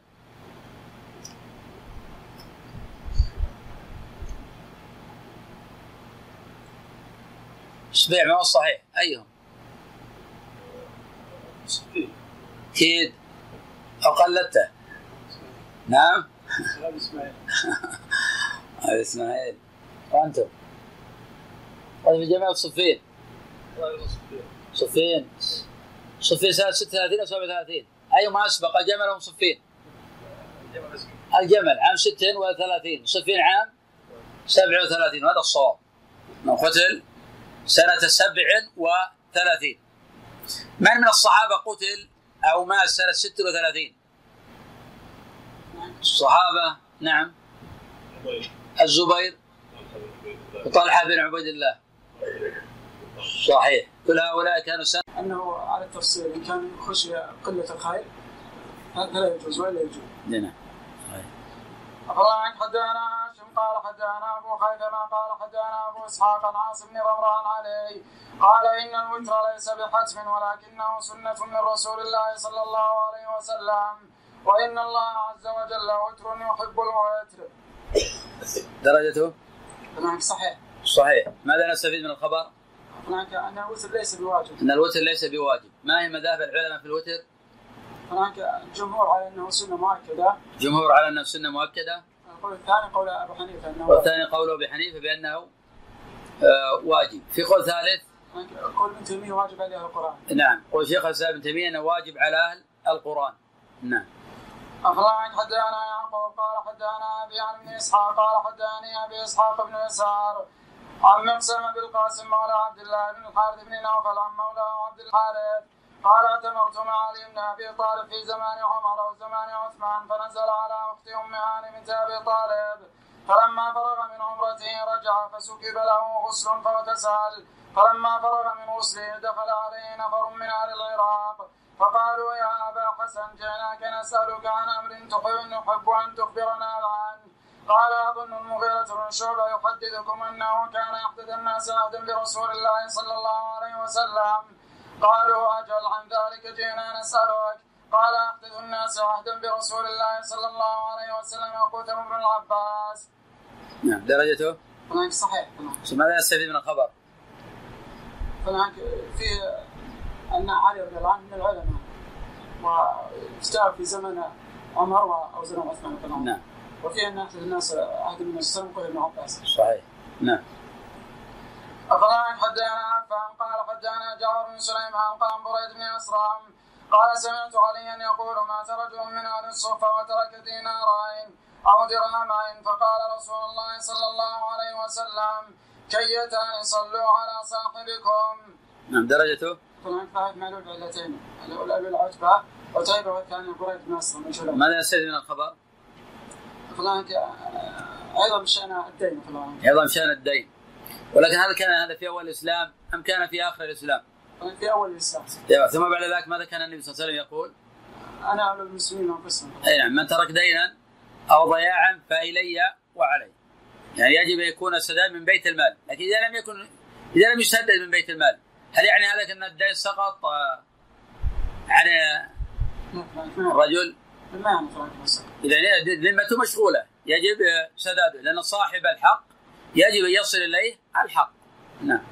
سبيع ما هو الصحيح. أيهم؟ كيد أو قلدته. نعم. أبي إسماعيل. وأنتم؟ قتل في الجمل صفين. صفين سنة 36 أو 37. أيهما أسبق الجمل أو صفين؟ الجمل عام 36، صفين عام 37. وهذا الصواب. من قتل سنة 37. من الصحابة قتل أو مات سنة 36؟ الصحابة. نعم. الزبير وطلحة بن عبيد الله. صحيح. كل هؤلاء كانوا سنة. أنه على التفصيل إن كان خشي قلة الخير هذا لا يجوز ولا يجوز. نعم. الله عنك حدثنا هاشم قال حدثنا أبو خيثمة قال حدثنا أبو إسحاق عن عاصم بن رمران عليه قال إن الوتر ليس بحتم ولكنه سنة من رسول الله صلى الله عليه وسلم وإن الله عز وجل وتر يحب الوتر. درجته؟ نعم صحيح. صحيح. ماذا نستفيد من الخبر؟ هناك أن الوتر ليس بواجب. أن الوتر ليس بواجب. ما هي مذاهب العلماء في الوتر؟ هناك الجمهور على أنه سنة مؤكدة. جمهور على أنه سنة مؤكدة. القول الثاني قول أبو حنيفة أنه. والثاني قول أبو حنيفة بأنه واجب. في قول ثالث. قول ابن تيمية واجب على أهل القرآن. نعم. قول شيخ الإسلام ابن تيمية أنه واجب على أهل القرآن. نعم. أخبرنا حدثنا يعقوب قال حدثنا أبي عن ابن إسحاق قال حدثني أبي إسحاق بن يسار عن مقسم بالقاسم مولى عبد الله بن الحارث بن نوفل عن مولى عبد الحارث قال اعتمرت مع علي بن أبي طالب في زمان عمر أو زمان عثمان فنزل على أخت أم هاني بنت أبي طالب فلما فرغ من عمرته رجع فسكب له غسل فاغتسل فلما فرغ من غسله دخل عليه نفر من أهل العراق فقالوا يا أبا حسن جئناك نسألك عن أمر نحب أن تخبرنا عنه قال أظن المغيرة بن شعبة يحدثكم أنه كان يحدث الناس عهدا برسول الله صلى الله عليه وسلم قالوا أجل عن ذلك جئنا نسألك. قال أحدث الناس عهدا برسول الله صلى الله عليه وسلم قتل بن العباس. نعم. درجته صحيح. ماذا نستفيد من الخبر؟ فهناك في أن علي رضي الله عنه من العلماء واجتهد في زمن عمر أو زمن عثمان بن عفان. نعم. وفي أن أحد الناس عهد من السلام قتل بن عباس. صحيح. نعم. أخبرنا حدثنا عفان قال حدثنا جعفر بن سليمان قال بريد بن أسرم قال سمعت عليا يقول مات رجل من أهل الصفة وترك دينارين أو درهمين فقال رسول الله صلى الله عليه وسلم كيتان صلوا على صاحبكم. نعم. درجته فلان فهد معلول علتين الأولى العتبة وتيبة والثانية بريد بن أسرم. ماذا نستفيد من الخبر؟ فلان عظم شأن الدين. فلان عظم شأن الدين. ولكن هذا كان في أول الإسلام أم كان في آخر الإسلام؟ في أول الإسلام. ثم بعد ذلك ماذا كان النبي صلى الله عليه وسلم يقول؟ أنا أولى المسلمين أنفسهم. أي نعم. من ترك دينا أو ضياعا فإلي وعلي. يعني يجب أن يكون السداد من بيت المال. لكن إذا لم يسدد من بيت المال هل يعني هذا أن الدين سقط عن الرجل؟ يعني ذمته مشغولة يجب سداده لأن صاحب الحق يجب أن يصل إليه الحق. نعم.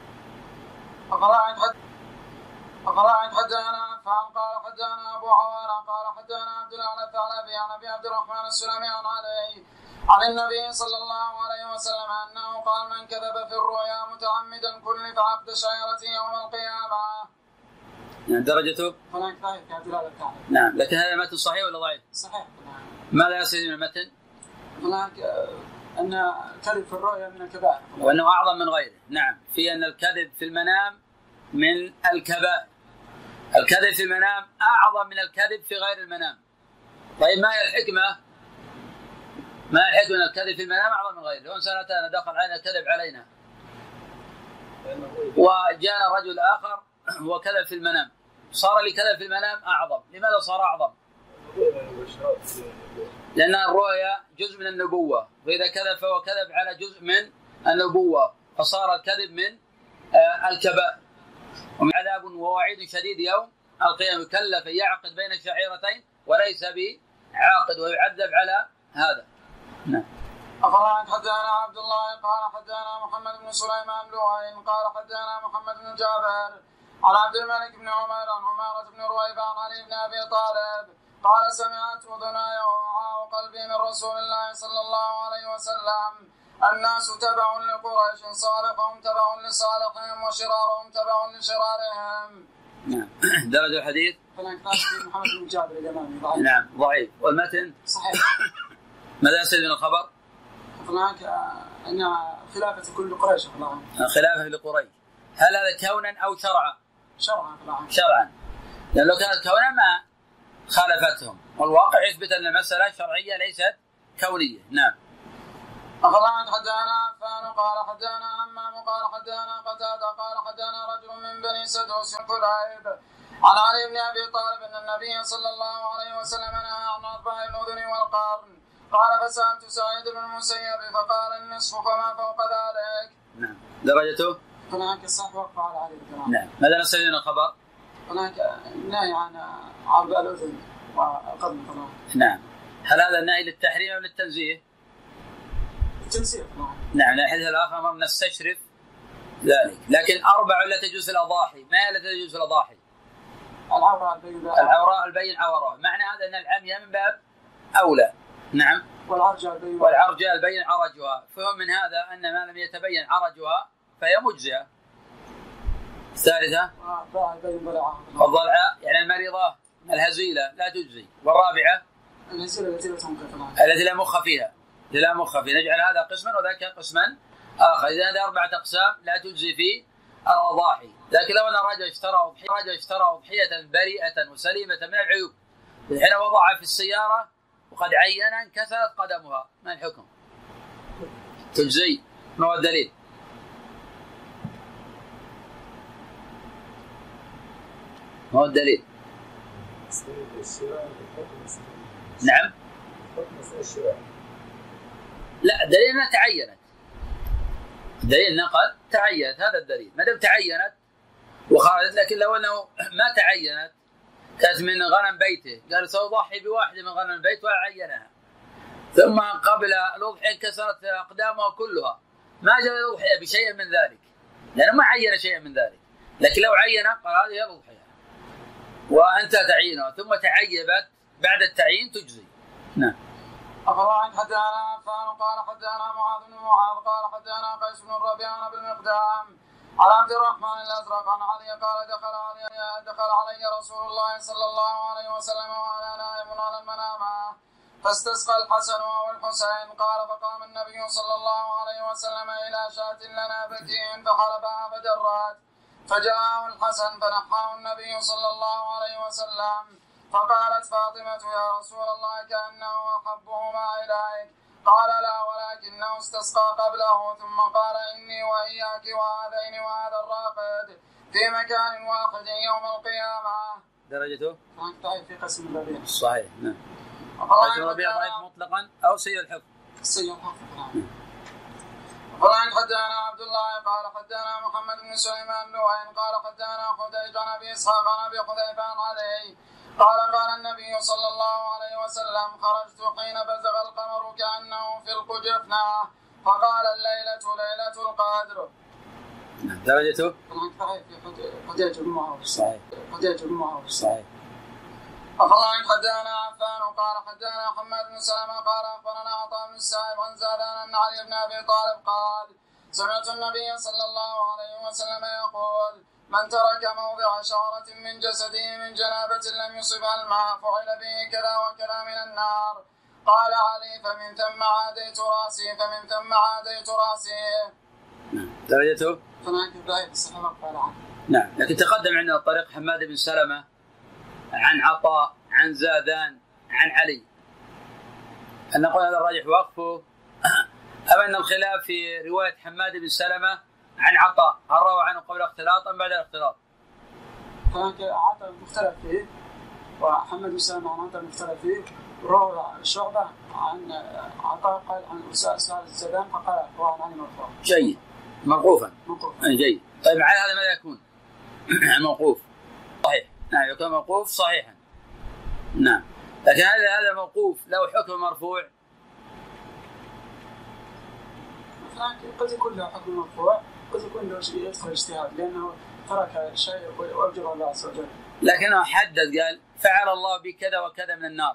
فقرأت حدثنا فقال حدثنا أبو عوانة قال حدثنا عبد الله الثعلبي عن أبي عبد الرحمن السلمي عن النبي صلى الله عليه وسلم أنه قال من كذب في الرؤيا متعمدا كلف عقد شعيرته يوم القيامة. يعني درجته؟ فلان كذلك عبد الله الثعلبي. نعم. لكن هذا المتن صحيح ولا ضعيف؟ صحيح. ماذا يستفيد من المتن؟ فلان أن الكذب في الرؤيا من الكبائر وأنه أعظم من غيره. نعم. في أن الكذب في المنام من الكبائر. الكذب في المنام أعظم من الكذب في غير المنام. طيب ما هي الحكمة؟ ما الحكمة أن الكذب في المنام أعظم من غيره؟ لو إنسان أتانا دخل علينا كذب علينا وجاءنا رجل آخر وكذب في المنام صار لي كذب في المنام أعظم. لماذا صار أعظم؟ لأن الرؤيا جزء من النبوة وإذا كذب فهو كذب على جزء من النبوة فصار الكذب من الكبائر. ومن عذاب ووعيد شديد يوم القيامة يكلف يعقد بين الشعيرتين وليس بعاقد ويعذب على هذا. نعم. أخبرنا حدثنا عبد الله قال حدثنا محمد بن سليمان لوين قال حدثنا محمد بن جابر عن عبد الملك بن عمر عن عمارة بن رويبة عن علي بن أبي طالب قال سمعت أذناي ووعاء قلبي من رسول الله صلى الله عليه وسلم الناس تبع لقريش صالحهم تبع لصالحهم وشرارهم تبع لشرارهم. نعم. درجة الحديث؟ محمد بن جابر الإمامي ضعيف. نعم ضعيف. والمتن؟ صحيح. ماذا يستفيد من الخبر؟ هناك أن خلافة كل قريش. خلافة لقريش. هل هذا كونا أو شرعا؟ شرعا. لأن لو كانت كونا ما خالفتهم والواقع يثبت أن المسألة شرعية ليست كونية. نعم. أخبرنا حدثنا عفان قال حدثنا همام قال حدثنا قتادة قال حدثنا رجل من بني سدوس كليب عن علي بن أبي طالب أن النبي صلى الله عليه وسلم نهى عن أربع الأذن والقرن قال فسألت سعيد بن المسيب فقال النصف فما فوق ذلك. نعم. درجته؟ هناك الصح وقف على علي. نعم. ماذا نستفيد من الخبر؟ هناك نهي عن عرض الأذن والقرن. نعم. هل هذا النهي للتحريم أو للتنزيه؟ التنزيه. نعم. الحديث الآخر أمرنا نستشرف ذلك. لكن أربع لا تجوز الأضاحي. ما هي لا تجوز الأضاحي؟ العوراء البين عورها. معنى هذا أن العمية من باب أولى. نعم. والعرجاء البين عرجها. فهم من هذا أن ما لم يتبين عرجها فهي مجزئة. الثالثة والضلعاء يعني المريضة الهزيلة لا تجزي. والرابعة التي لا مخ فيها. نجعل هذا قسما وذاك قسما آخر. إذا هذا 4 أقسام لا تجزي في الأضاحي. لكن لو أن رجل اشترى أضحية بريئة وسليمة من العيوب حين وضعها في السيارة وقد عين انكسرت قدمها ما الحكم؟ تجزي. ما هو الدليل؟ نعم. لا الدليل أنها تعينت. الدليل أنها قد تعينت. هذا الدليل. ما دام تعينت وخرجت، لكن لو أنه ما تعينت كانت من غنم بيته قال سأضحي بواحدة من غنم البيت وعينها، ثم قبل الأضحية انكسرت أقدامها كلها، ما جاء الأضحية بشيء من ذلك لأنه ما عين شيئا من ذلك، لكن لو عين قال هذه هي الأضحية وأنت تعينها، ثم تعيبت بعد التعيين تجزي. نعم. أخبرنا حدثنا عفان قال حدثنا معاذ بن معاذ قال حدثنا قيس بن الربيع بن المقدام على عبد الرحمن الأزرق عن علي قال دخل علي رسول الله صلى الله عليه وسلم وأنا نائم على المنامة فاستسقى الحسن والحسين قال فقام النبي صلى الله عليه وسلم إلى شاة لنا بكين فحلبها فدرت، فجاءه الحسن فنحاه النبي صلى الله عليه وسلم، فقالت فاطمة يا رسول الله كأنه أحبهما إليك، قال لا ولكنه استسقى قبله، ثم قال إني وإياك وهذين وهذا الراقد في مكان واحد يوم القيامة. درجته؟ ضعيف في قسم الربيع. صحيح. نعم. قسم الربيع ضعيف مطلقا أو سيء الحفظ؟ سيء الحفظ. قال حدثنا عبد الله قال حدثنا محمد بن سليمان بن وهب قال حدثنا حديج عن ابي اسحاق عن ابي حذيفه عن علي قال النبي صلى الله عليه وسلم خرجت حين بزغ القمر كانه في القجفنه فقال الليله ليله القدر. درجته؟ حديج بن معاويه. صحيح. حديج بن معاويه. صحيح. أخبرنا حدثنا عفان قال حدثنا حماد بن سلمة قال أخبرنا عطاء بن السائب عن زادان أن علي بن أبي طالب قال سمعت النبي صلى الله عليه وسلم يقول من ترك موضع شعرة من جسده من جنابة لم يصبها الماء فعل به كذا وكذا من النار. قال علي فمن ثم عاديت رأسي. درجته؟ هناك ضعيف الصحابة قال عنه. نعم، لكن تقدم عندنا طريق حماد بن سلمة عن عطاء عن زادان عن علي. أن نقول هذا الراجح وقفه أم أن الخلاف في رواية حماد بن سلمة عن عطاء هل روى عنه قبل الاختلاط أم بعد الاختلاط؟ هناك عطاء مختلف فيه وحماد بن سلمة عن عطاء مختلف فيه، روى شعبة عن عطاء قال عن أسامة زادان فقال هو عن مرفوع. جيد. موقوفا. جيد. طيب على هذا ماذا يكون؟ موقوف. صحيح. نعم يكون موقوف صحيحا. نعم، لكن هذا موقوف له حكم مرفوع. قد يكون له حكم مرفوع، قد يكون له شيء يدخل اجتهاد لأنه ترك شيء وأجر الله عز وجل، لكنه حدد قال فعل الله بكذا وكذا من النار،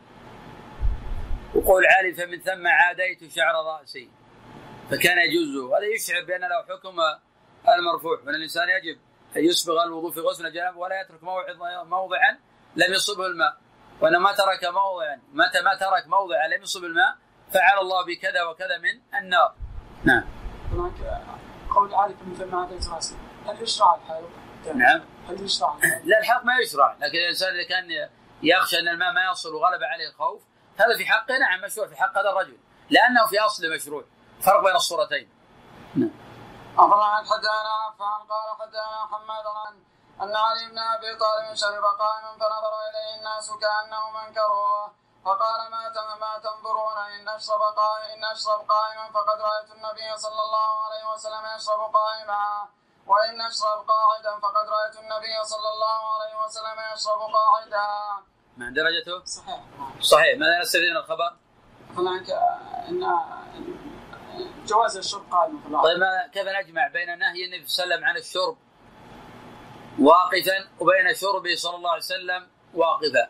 وقول علي فمن ثم عاديت شعر رأسي، فكان يجوزه. هذا يشعر بأن له حكم المرفوع، وأن الإنسان يجب أن يسبغ الوضوء في غسل الجنابة ولا يترك موضعا لم يصبه الماء، وأن ما ترك موضعا لم يصب الماء فعل الله بكذا وكذا من النار. نعم. هناك قول عارف من ثم عاديت رأسي، هل يشرع الحلق؟ نعم. هل يشرع الحلق؟ لا، الحلق ما يشرع، لكن الإنسان إذا كان يخشى أن الماء ما يصل وغلب عليه الخوف هذا في حقه نعم مشروع، في حق هذا الرجل لأنه في أصل مشروع، فرق بين الصورتين. نعم. أخبرنا حدثنا عفان قال حدثنا حماد أن علي بن أبي طالب شرب قائما فنظر إليه الناس كأنه منكروه فقال ما تنظرون إن أشرب قائما فقد رأيت النبي صلى الله عليه وسلم يشرب قائما، وإن أشرب قاعدا فقد رأيت النبي صلى الله عليه وسلم يشرب قاعدا. ما درجته؟ صحيح. ماذا نستفيد من الخبر؟ هناك إن جواز الشرب قائما. طيب كيف نجمع بين نهي النبي صلى الله عليه وسلم عن الشرب واقفا وبين شربه صلى الله عليه وسلم واقفا؟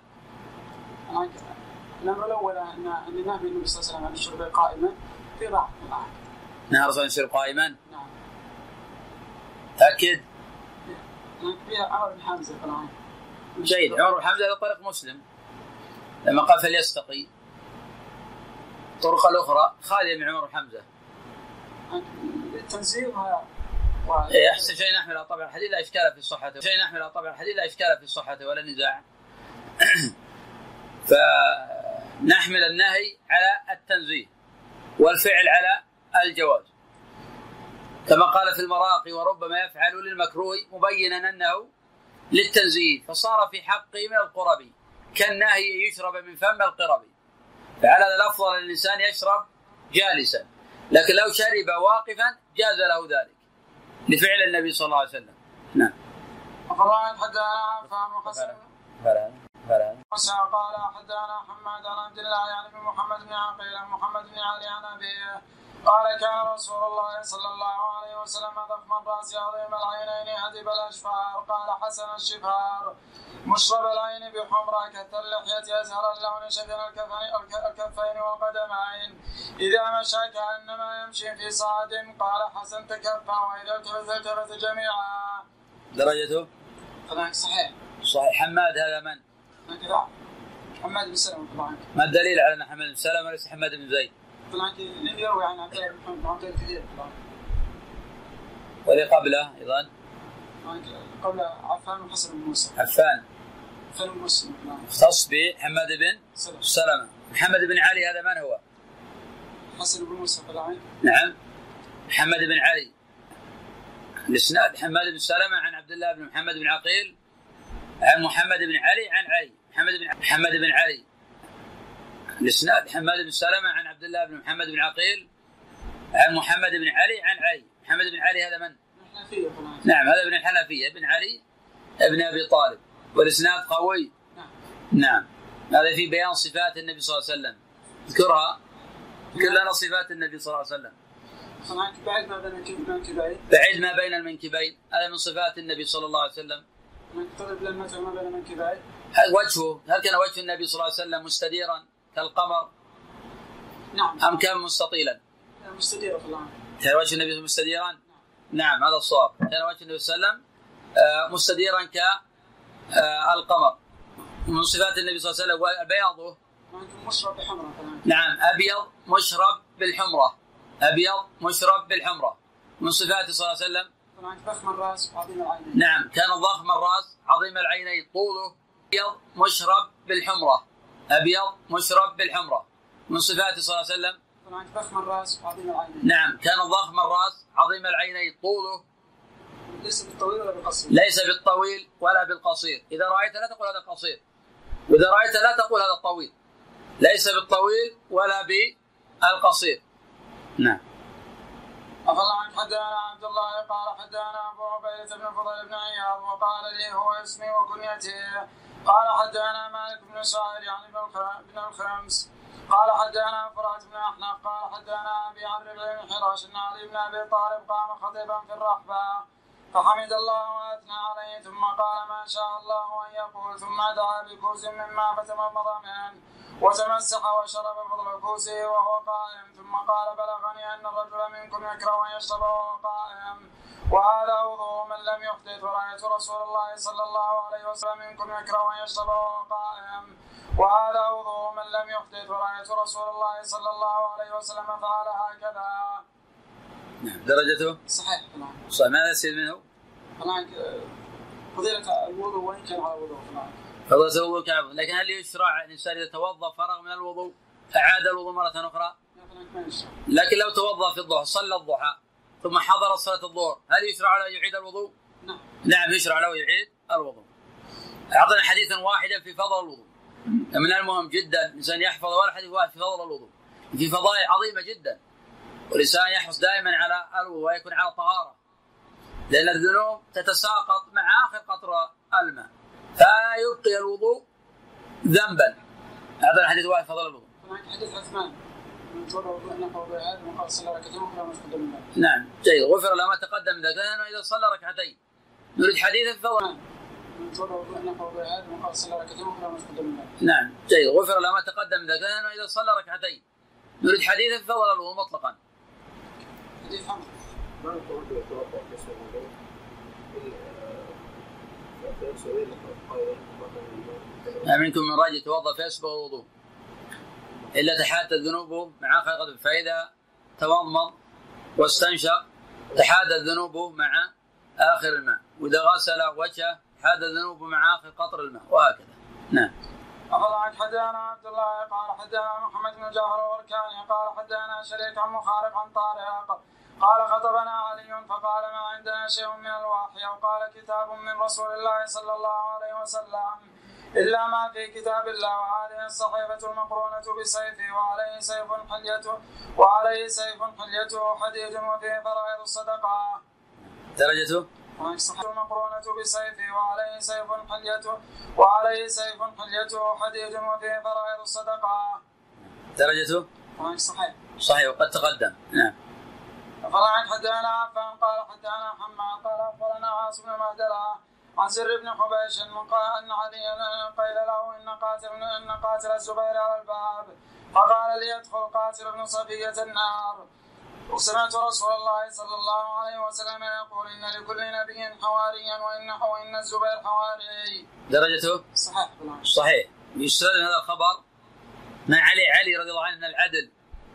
الأمر الأول أن نهي النبي صلى الله عليه وسلم عن الشرب قائما في ضعف. نهى الرسول عن الشرب قائما؟ نعم. تأكد؟ فيها عمر بن حمزة طبعا. جيد. عمر بن حمزة هذا طريق مسلم لما قال فليستقي. الطرق الأخرى خالية من عمر بن حمزة. تنزيلها أحسن شيء نحمل على طبع الحديث لا إشكال في صحته ولا نزاع. فنحمل النهي على التنزيه والفعل على الجواز، كما قال في المراقي وربما يفعل للمكروه مبينا أنه للتنزيه، فصار في حقه من القرب كالنهي يشرب من فم القرب، فعلى هذا الأفضل الإنسان يشرب جالسا، لكن لو شرب واقفا جاز له ذلك لفعل النبي صلى الله عليه وسلم. نعم. فالله حدثنا عفان وحسن قال حدثنا حماد عن عبد الله يعني بن محمد بن عقيل عن محمد بن علي عن أبيه قال كان رسول الله صلى الله عليه وسلم ضخم الرأس عظيم العينين هدب الأشفار قال حسن الشفار مشرب العين بحمرة كث اللحية أزهر اللون شدن الكفين والقدمين إذا مشى كأنما يمشي في صعد قال حسن تكفى وإذا التفت جميعا. درجته صحيح. حماد هذا من؟ كذا حماد بن سلمة طبعا. ما الدليل على أن حماد بن سلمة وليس حماد بن زيد؟ طبعا يروي عن عبد الله بن محمد كثير طبعا. والذي قبله أيضا؟ قبل عفان وحسن بن موسى. عفان بن موسى اختص بحماد بن سلمة. محمد بن علي هذا من هو؟ حسن بن موسى طبعا. نعم محمد بن علي. الاسناد حماد بن سلمة عن عبد الله بن محمد بن عقيل عن محمد بن علي عن علي. محمد بن علي. الاسناد حماد بن سلمة عن عبد الله بن محمد بن عقيل عن محمد بن علي عن علي. محمد بن علي هذا من؟ نعم هذا ابن الحنفية بن علي ابن أبي طالب. والاسناد قوي. نعم هذا في بيان صفات النبي صلى الله عليه وسلم. اذكرها. اذكر لنا صفات النبي صلى الله عليه وسلم. بعيد ما بين المنكبين. بعيد ما بين المنكبين هذا من صفات النبي صلى الله عليه وسلم. تضرب للمتر ما بين المنكبين. وجهه هل كان وجه النبي صلى الله عليه وسلم مستديرا كالقمر؟ نعم. أم كان مستطيلا؟ مستديرا طبعا. كان وجه النبي مستديرا؟ نعم هذا الصواب. كان وجه النبي صلى الله عليه وسلم مستديرا كالقمر. من صفات النبي صلى الله عليه وسلم بياضه مشرب بحمرة. نعم أبيض مشرب بالحمرة. أبيض مشرب بالحمرة. من صفاته صلى الله عليه وسلم ضخم الرأس عظيم العينين. نعم كان ضخم الرأس عظيم العينين طوله أبيض مشرب بالحمرة. أبيض مشرب بالحمرة. من صفاته صلى الله عليه وسلم ضخم الرأس عظيم العينين. نعم كان ضخم الرأس عظيم العينين طوله ليس بالطويل ولا بالقصير. ليس بالطويل ولا بالقصير. إذا رأيت لا تقول هذا قصير وإذا رأيت لا تقول هذا طويل. ليس بالطويل ولا بالقصير. نعم. أفضل عنك حدثنا عبد الله قال حدثنا أبو عبيدة بن فضيل بن عياض وقال لي هو اسمي وكنيتي. قال حدثنا مالك بن سعيد يعني بن الخمس قال حدثنا فرات بن أحنف قال حدثنا أبي عمرو بن حراش أن علي بن أبي طالب قام خطيبا في الرحبة فحمد الله وأثنى عليه ثم قال ما شاء الله أن يقول ثم دعا بكوز مما فتمضمض منه وتمسح وشرب فضل كوسه وهو قائم ثم قال بلغني أن الرجل منكم يكره أن يشرب وهو قائم وهذا وضوء من لم يحدث ورأيت رسول الله صلى الله عليه وسلم منكم يكره أن يشرب وهو قائم وهذا وضوء من لم يحدث ورأيت رسول الله صلى الله عليه وسلم فعل هكذا. درجته صحيح. ماذا يصير منه؟ فضيلة الوضوء وإن كان على وضوء فضيلة الوضوء كعب. لكن هل يشرع الإنسان إذا توضأ فرغ من الوضوء أعاد الوضوء مرة أخرى؟ لكن لو توضأ في الضحى صلى الضحى ثم حضر صلاة الظهر هل يشرع له يعيد الوضوء؟ نعم يشرع له يعيد الوضوء. أعطنا حديثا واحدا في فضل الوضوء. من المهم جدا الإنسان يحفظ ولا حديث واحد في فضل الوضوء. في فضائل عظيمة جدا والإنسان يحرص دائما على الوضوء ويكون على طهارة لأن الذنوب تتساقط مع آخر قطرة الماء فلا يبقي الوضوء ذنبا. هذا الحديث واحد فضل الوضوء. حديث عثمان نعم جيد غفر له ما تقدم من ذلك لأنه إذا صلى ركعتين نريد حديث فضل. نعم جيد غفر له ما تقدم من ذلك لأنه إذا صلى ركعتين نريد حديث فضل الوضوء مطلقا. حديث حمد منكم من رجل يتوضأ فيسبغ الوضوء إلا تحادت ذنوبه مع آخر قدم فإذا تمضمض واستنشق تحادت ذنوبه مع آخر الماء وإذا غسل وجهه تحادت ذنوبه مع آخر قطر الماء وهكذا. نعم. أخذ عنك حدثنا عبد الله قال حدثنا محمد بن جعفر الوركاني قال حدثنا شريك عن مخارق عن طارق قال خطبنا علي فقال ما عندنا شيء من الوحي أو قال كتاب من رسول الله صلى الله عليه وسلم إلا ما في كتاب الله وهذه الصحيفة المقرونة بسيفه وعليه سيف حليته حديد وفيه فرائض الصدقة. درجته المقرونة بسيفه وعليه سيف حليته حديد وفيه فرائض الصدقة. درجته صحيح وقد تقدم. نعم. فرعن حدثنا عفان قال حدثنا حماد قال أخبرنا عاصم بن مهدلة عن سر بن حبيش أن عليا قيل له إن قاتل الزبير على الباب فقال ليدخل قاتل ابن صفية النار. وسمعت رسول الله صلى الله عليه وسلم يقول إن لكل نبي حواريا وإن الزبير حواري. درجته صحيح. يستند هذا الخبر مع علي رضي الله عنه من العدل،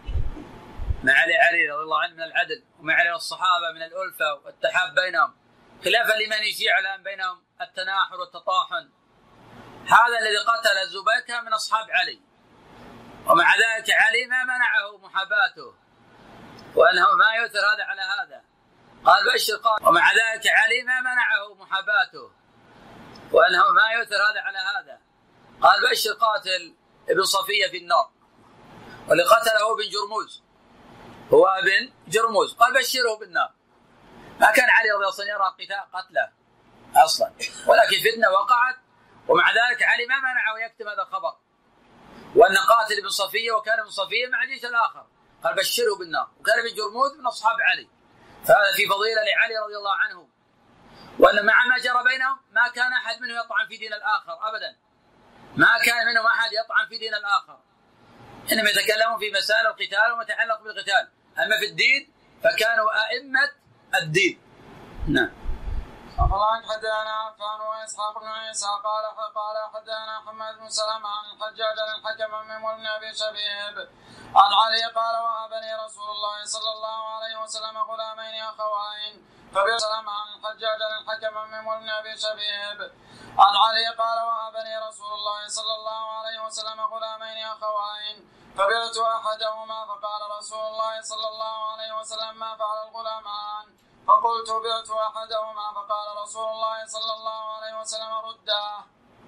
مع علي رضي الله عنه من العدل، ومع علي الصحابة من الألفة والتحاب بينهم، خلافا لمن يشيع الآن بينهم التناحر والتطاحن. هذا الذي قتل الزبير كان من أصحاب علي، ومع ذلك علي ما منعه محاباته وأنه ما يؤثر هذا على هذا، قال بشر قاتل. ومع ذلك علي ما منعه محاباته وأنه ما يؤثر هذا على هذا، قال بشر قاتل ابن صفية في النار. واللي قتله ابن جرموز هو ابن جرموز، قال بشره بالنار. ما كان علي رضي الله عنه يرى قتله أصلا، ولكن فتنة وقعت، ومع ذلك علي ما منعه يكتب هذا الخبر وأن قاتل ابن صفية وكان ابن صفية مع الجيش الآخر، قال بشره بالنار. وكان ابن جرموز من أصحاب علي، فهذا في فضيلة لعلي رضي الله عنه، وأن مع ما جرى بينهم ما كان أحد منهم يطعن في دين الآخر أبدا، ما كان منهم أحد يطعن في دين الآخر، إنما يتكلمون في مسائل القتال وما يتعلق بالقتال، أما في الدين فكانوا أئمة الدين. نعم. أخبرنا حدثنا عفان وإسحاق بن عيسى قال حدثنا حماد بن سلمة عن الحجاج عن الحكم من مولى بن أبي شبيب عن علي قال وهبني رسول الله صلى الله عليه وسلم غلامين أخوين فبسلم عن الحجاج عن الحكم من مولى بن أبي شبيب عن علي قال وهبني رسول الله صلى الله عليه وسلم غلامين أخوين فبعت أحدهما فقال رسول الله صلى الله عليه وسلم ما فعل الغلامان فقلت بعت أحدهما فقال رسول الله صلى الله عليه وسلم رده.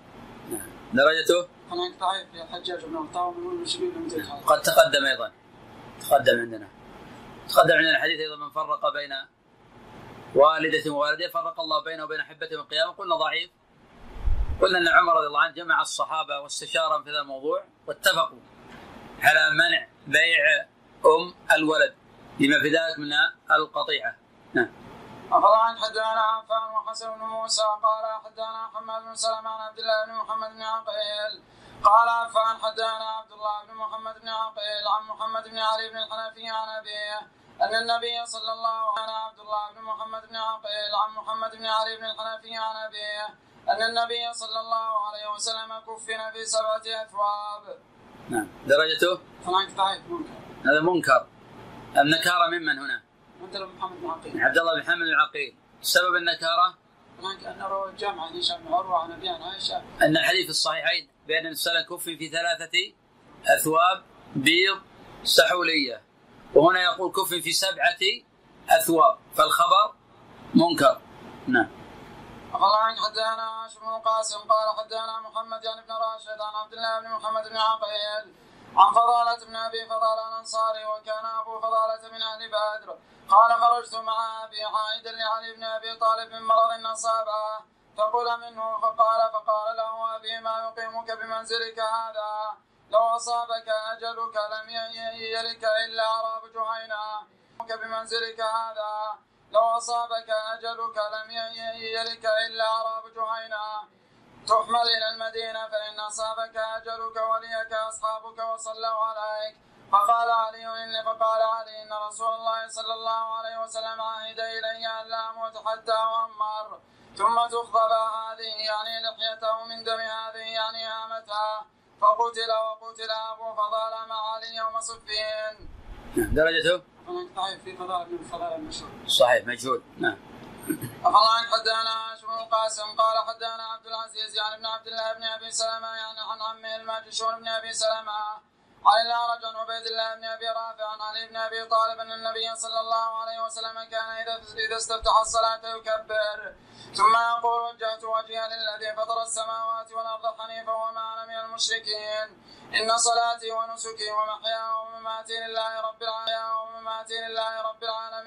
درجته هناك ضعيف في الحجاج بن عطاء قد تقدم أيضا، تقدم عندنا الحديث أيضا من فرق بين والدة ووالده فرق الله بينه وبين أحبته من القيامة. قلنا ضعيف، قلنا أن عمر رضي الله عنه جمع الصحابة واستشارهم في هذا الموضوع واتفقوا على منع بيع الولد لما في ذلك من القطيعة. نعم. أخبرنا حدثنا عفان وحسن بن موسى قال حدثنا حماد بن سلمة عن عبد الله بن محمد بن عقيل قال عفان حدثنا عبد الله بن محمد بن عقيل عن محمد بن علي بن الحنفي عن أبيه أن النبي صلى الله عليه وسلم عبد الله بن محمد بن عقيل عن محمد بن علي بن الحنفي عن أبيه أن النبي صلى الله عليه وسلم كفن في 7 أثواب. نعم. درجته هذا منكر. النكارة ممن هنا؟ عبد الله بن محمد بن عقيل. سبب النكارة؟ أن روى الجامع عن هشام بن عروة عن أبي عن عائشة أن الحديث الصحيحين بأن النبي كفن في 3 أثواب بيض سحولية، وهنا يقول كفن في 7 أثواب، فالخبر منكر. نعم. أخبرنا حدثنا هاشم بن قاسم قال حدثنا محمد يعني بن راشد عن عبد الله بن محمد بن عقيل عن فضالة بن أبي فضالة الأنصاري وكان أبو فضالة من أهل بدر قال خرجت مع أبي عائدا لعلي بن أبي طالب من مرض أصابه فقل منه فقال له أبي ما يقيمك بمنزلك هذا لو أصابك أجلك لم يلك إلا عراب جهينة بمنزلك هذا لو أصابك أجلك لم يلك إلا عراب جهينة تحمل إلى المدينة فإن أصابك أجلك وليك أصحابك وصلوا عليك فقال علي إن رسول الله صلى الله عليه وسلم عهد إلي أن لا أموت حتى أؤمر ثم تخضب هذه يعني لحيته من دم هذه يعني هامتها فقتل وقتل أبو فضالة مع علي يوم صفين. درجته؟ ضعيف في فضالة من الفضالة المشهور. صحيح مجهول. نعم. أخبرنا حدثنا هاشم بن قاسم قال حدثنا عبد العزيز يعني بن عبد الله بن أبي سلمة يعني عن عمه الماجشون بن أبي سلمة عن الأعرج عن عبيد الله بن أبي رافع عن علي بن أبي طالب أن النبي صلى الله عليه وسلم كان إذا استفتح الصلاة يكبر ثم يقول وجهت وجهي للذي فطر السماوات والأرض حنيفا وما أنا من المشركين إن صلاتي ونسكي ومحياي ومماتي لله رب العالمين لا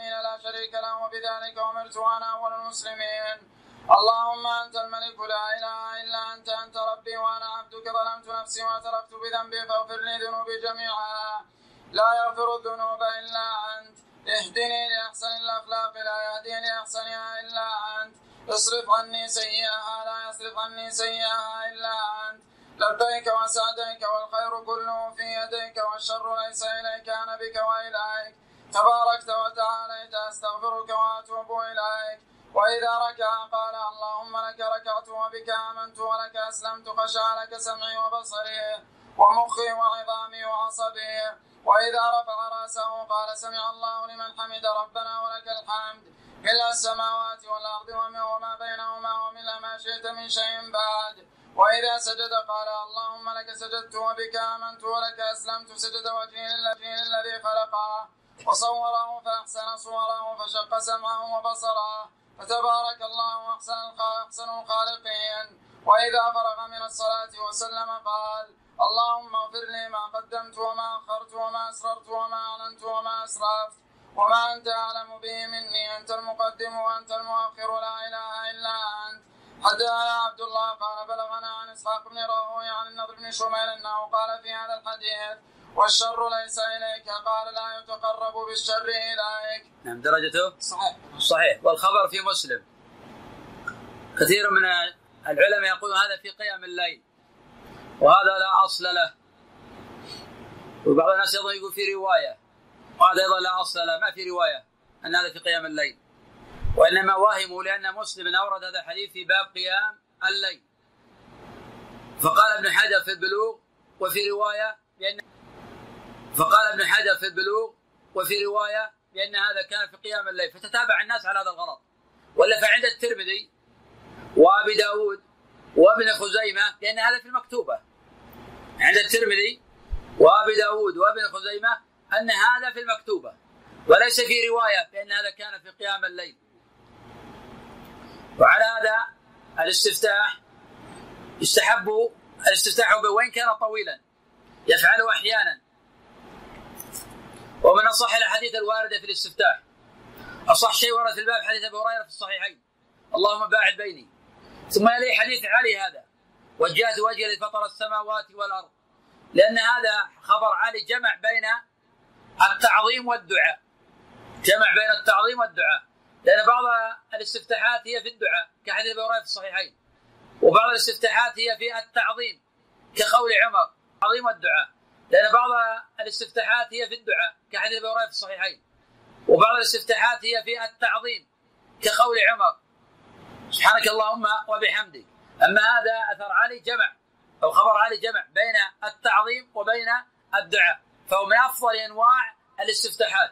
شريك له وبذلك أمرت وأنا أول المسلمين. اللهم أنت الملك لا إله إلا أنت ربي وأنا عبدك ظلمت نفسي واعترفت بذنبي فاغفر لي ذنوبي جميعا لا يغفر الذنوب إلا أنت. اهدني لأحسن الأخلاق لا يهدي لأحسنها إلا أنت. اصرف عني سيئها لا يصرف عني سيئها إلا أنت. لبيك وسعديك والخير كله في يديك والشر ليس إليك أنا بك وإليك تباركت وتعاليت أستغفرك وأتوب إليك. وإذا ركع قال اللهم لك ركعت وبك آمنت ولك أسلمت خشع لك سمعي وبصري ومخي وعظامي وعصبي. وإذا رفع رأسه قال سمع الله لمن حمد ربنا ولك الحمد ملء السماوات والأرض وما بينهما وملء ما شئت من شيء بعد. وإذا سجد قال اللهم لك سجدت وبك آمنت ولك أسلمت. سجد وجهي للذي خلقه وصوره فأحسن صوره فشق سمعه وبصره فتبارك الله أحسن الخالقين. وإذا فرغ من الصلاة وسلم قال اللهم اغفر لي ما قدمت وما أخرت وما أسررت وما أعلنت وما أسرفت وما أنت أعلم به مني أنت المقدم وأنت المؤخر لا إله إلا أنت. حدثنا عبد الله قال بلغنا عن إسحاق بن راهويه عن النضر بن شميل أنه قال في هذا الحديث والشر ليس إليك قال لا يتقرب بالشر إليك. نعم درجته صحيح. والخبر في مسلم. كثير من العلماء يقولون هذا في قيام الليل وهذا لا أصل له. وبعض الناس أيضا يقول في رواية وهذا أيضا لا أصل له ما في رواية أن هذا في قيام الليل وإنما وهموا لأن مسلم أورد هذا الحديث في باب قيام الليل. فقال ابن حجر في البلوغ وفي رواية بأن هذا كان في قيام الليل فتتابع الناس على هذا الغلط. ولا فعند الترمذي وأبي داود وابن خزيمة لأن هذا في المكتوبة. عند الترمذي وأبي داود وابن خزيمة أن هذا في المكتوبة وليس في رواية بأن هذا كان في قيام الليل. وعلى هذا الاستفتاح يستحب الاستفتاح وإن كان طويلا يفعله أحيانا. ومن أصح الأحاديث الواردة في الاستفتاح أصح شيء ورد في الباب حديث أبي هريرة في الصحيحين اللهم باعد بيني. ثم يلي حديث علي هذا وجهت وجهي لفطر السماوات والأرض لأن هذا خبر علي جمع بين التعظيم والدعاء لأن بعض الاستفتاحات هي في الدعاء كحديث أبي هريرة في الصحيحين وبعض الاستفتاحات هي في التعظيم كقول عمر تعظيم والدعاء لأن بعض الاستفتاحات هي في الدعاء كحديث أبي هريرة في الصحيحين وبعض الاستفتاحات هي في التعظيم كقول عمر سبحانك اللهم وبحمدك. أما هذا أثر علي جمع أو خبر علي جمع بين التعظيم وبين الدعاء فهو من أفضل أنواع الاستفتاحات.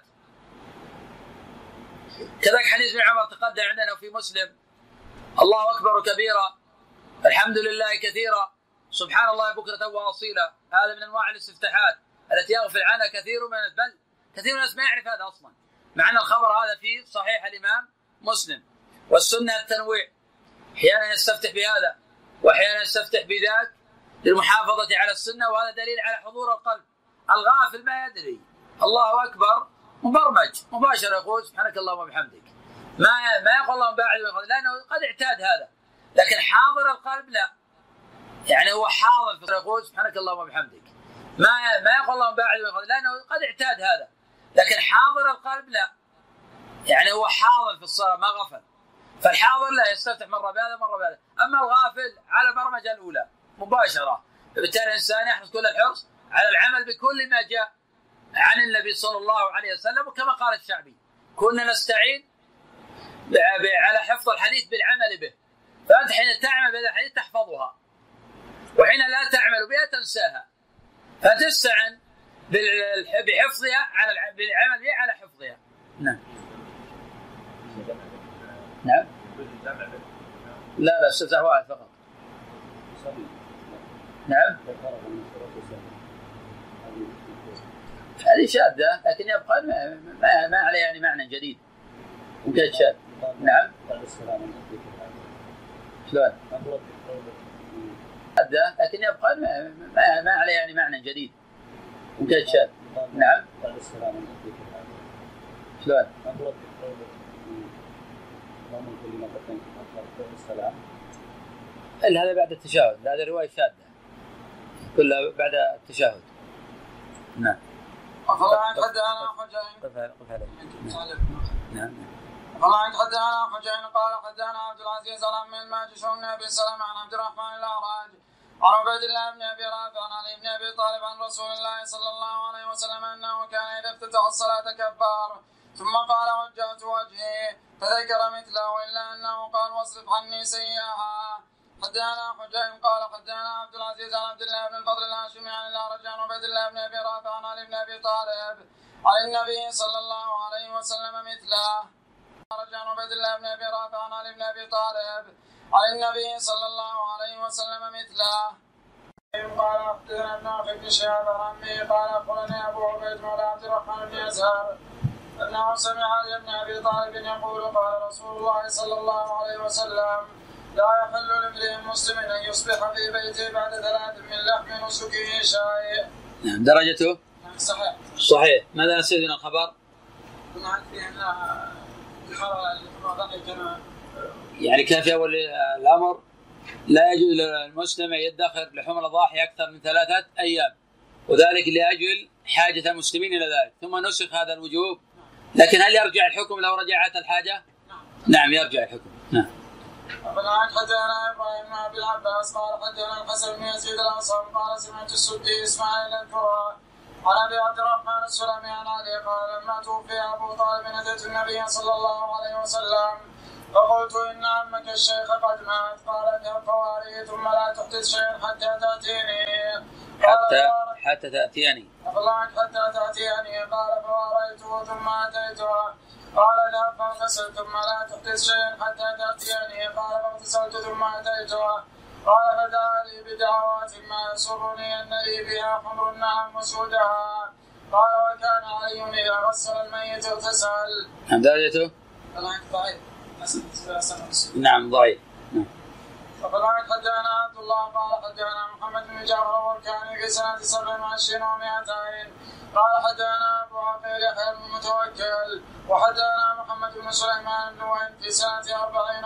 كذلك حديث ابن عمر تقدم عندنا في مسلم الله أكبر كبيرا الحمد لله كثيرا سبحان الله بكرة وأصيلا. هذا من أنواع الاستفتاحات التي يغفل عنها كثير من الناس ما يعرف هذا أصلا مع أن الخبر هذا في صحيح الإمام مسلم. والسنة التنويع أحيانا يستفتح بهذا وأحيانا يستفتح بذاك للمحافظة على السنة وهذا دليل على حضور القلب. الغافل ما يدري الله أكبر مبرمج مباشرة يقول سبحانك اللهم وبحمدك ما يقول اللهم باعد لأنه قد اعتاد هذا. لكن حاضر القلب لا يعني هو حاضر في يقول سبحانك اللهم وبحمدك ما يقول اللهم باعد لأنه قد اعتاد هذا. لكن حاضر القلب لا يعني هو حاضر في الصلاة ما غفل. فالحاضر لا يستفتح مرة بهذا مرة بهذا. أما الغافل على البرمجة الأولى مباشرة. فبالتالي الإنسان يحرص كل الحرص على العمل بكل ما جاء عن النبي صلى الله عليه وسلم. وكما قال الشعبي كنا نستعين على حفظ الحديث بالعمل به. فأنت حين تعمل بهذا الحديث تحفظها وحين لا تعمل بها تنساها فتستعن بحفظها على بالعمل بها على حفظها. نعم لا استفتاح واحد فقط. نعم هذه شاذة لكن يبقى ما عليه يعني معنى جديد ممكن شاذ. نعم شلون شاذة لكن يبقى ما عليه يعني معنى جديد ممكن شاذ. نعم شلون؟ إلا هذا بعد التشهد، هذا رواية شاذة كلها بعد التشهد. نعم. أفلا حدثنا حجين. نعم. أفلا حدثنا حجين قال حدثنا عبد العزيز عن أم الماجشون بن أبي سلمة عن عبد الرحمن الأعرج عن عبيد الله بن أبي رافع عن علي بن أبي طالب عن رسول الله صلى الله عليه وسلم أنه كان إذا افتتح الصلاة كبر ثم قال وجهت وجهي فذكر مثله إلا أنه قال واصرف عني سيئها. حدثنا حجين قال حدثنا عبد العزيز عن عبد الله بن الفضل الهاشمي عن الأعرج عن عبيد الله بن أبي رافع عن علي بن أبي طالب عن النبي صلى الله عليه وسلم مثله. عن عبيد الله بن أبي رافع عن علي بن أبي طالب عن النبي صلى الله عليه وسلم مثله. قال أخبرنا ابن أخي بن شهاب عن عمي قال أخبرني أبو عبيد مولى عبد الرحمن بن أزهر أنه سمع علي بن أبي طالب يقول قال رسول الله صلى الله عليه وسلم لا يحل لامرئ مسلم أن يصبح في بيته بعد 3 من لحم نسكه شيء. نعم. درجته؟ صحيح. صحيح. ماذا نستفيد من الخبر؟ يعني كان في أول الأمر لا يجوز للمسلم أن يدخر لحوم الأضاحي أكثر من 3 أيام، وذلك لأجل حاجة المسلمين إلى ذلك، ثم نسخ هذا الوجوب. لكن هل يرجع الحكم لو رجعت الحاجة؟ نعم يرجع الحكم. نعم. أبناء حدثنا إبراهيم بن أبي العباس قال حدثنا الحسن بن يزيد الأنصاري قال سمعت السدي إسماعيل الكرى عن أبي عبد الرحمن السلمي عن علي قال لما توفي أبو طالب أتيت النبي صلى الله عليه وسلم فقلت إن عمك الشيخ قد مات قال اذهب فواريه ثم لا تحدث شيئا حتى تأتيني. حتى تأتيني. حتى تأتيني قال فواريته ثم أتيتها قال اذهب فاغتسل ثم لا تحدث شيئا حتى تأتيني قال فاغتسلت ثم أتيتها قال فدعا لي بدعوات ما يسرني أن لي بها حمر النعم وسودها قال وكان علي إذا غسل الميت اغتسل. درجته؟ ضعيف. نعم ضعيف. فقال حدثنا عبد الله قال حدثنا محمد بن جعفر والكاني في سنة 27 و200 قال حدثنا أبو عقيل يحيى بن المتوكل وحدثنا محمد بن سليمان بن وهب في سنة 40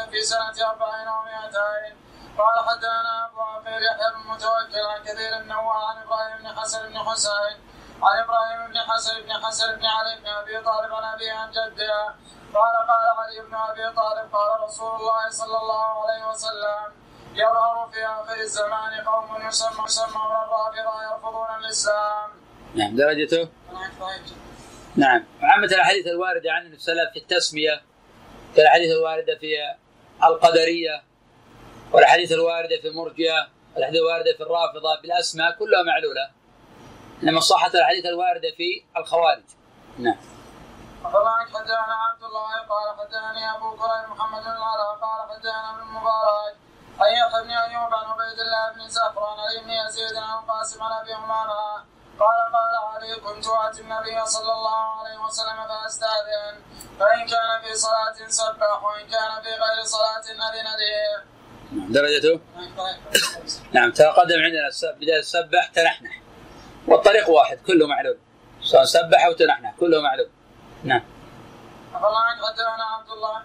و200 قال حدثنا أبو عقيل يحيى بن المتوكل عن كثير النوع عن إبراهيم بن حسن بن حسين عن إبراهيم بن حسن بن علي بن أبي طالب عن أبيه عن جده قال علي بن أبي طالب قال رسول الله صلى الله عليه وسلم يظهر في آخر الزمان قوم يسمون الرافضة يرفضون الإسلام. نعم. درجته؟ نعم. وعامة الأحاديث الواردة عن النبي صلى الله عليه وسلم في التسمية كالأحاديث الواردة في القدرية والأحاديث الواردة في المرجئة والأحاديث الواردة في الرافضة بالأسماء كلها معلولة، إنما صحت الأحاديث الواردة في الخوارج. نعم. فقال حدثنا عبد الله قال حدثني أبو كريم محمد بن العلاء قال حدثنا ابن المبارك أن يحيى بن أيوب عن عبيد الله بن زهران عن ابن يزيد عن قاسم عن أبي أمامة قال علي كنت آتي النبي صلى الله عليه وسلم فأستأذن فإن كان في صلاة سبح وإن كان في غير صلاة أذن لي. درجته؟ نعم. تقدم عندنا بداية السبح تنحنح والطريق واحد كله معلول، سواء سبح أو تنحنح كله معلول. نعم. حدثنا عبد الله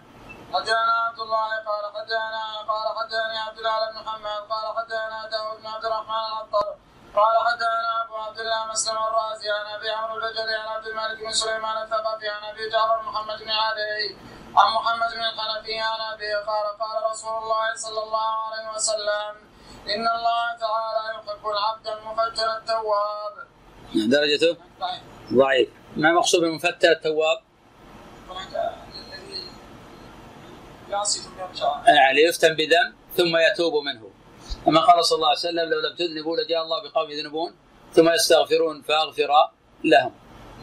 قال حدثني عبد الله بن محمد قال حدثنا داود بن عبد الرحمن العطار قال حدثنا ابو عبد الله مسلم الرازي عن ابي عمرو البجلي عن عبد الملك بن سليمان الثقفي عن ابي جعفر محمد بن علي عن محمد بن الحنفي عن ابي قال رسول الله صلى الله عليه وسلم ان الله تعالى يحب العبد المفتر التواب. درجته؟ ضعيف. ما مقصود بالمفتر التواب؟ يعني يفتن بذنب ثم يتوب منه، كما قال صلى الله عليه وسلم لو لم تذنبوا لجاء الله بقوم يذنبون ثم يستغفرون فاغفر لهم.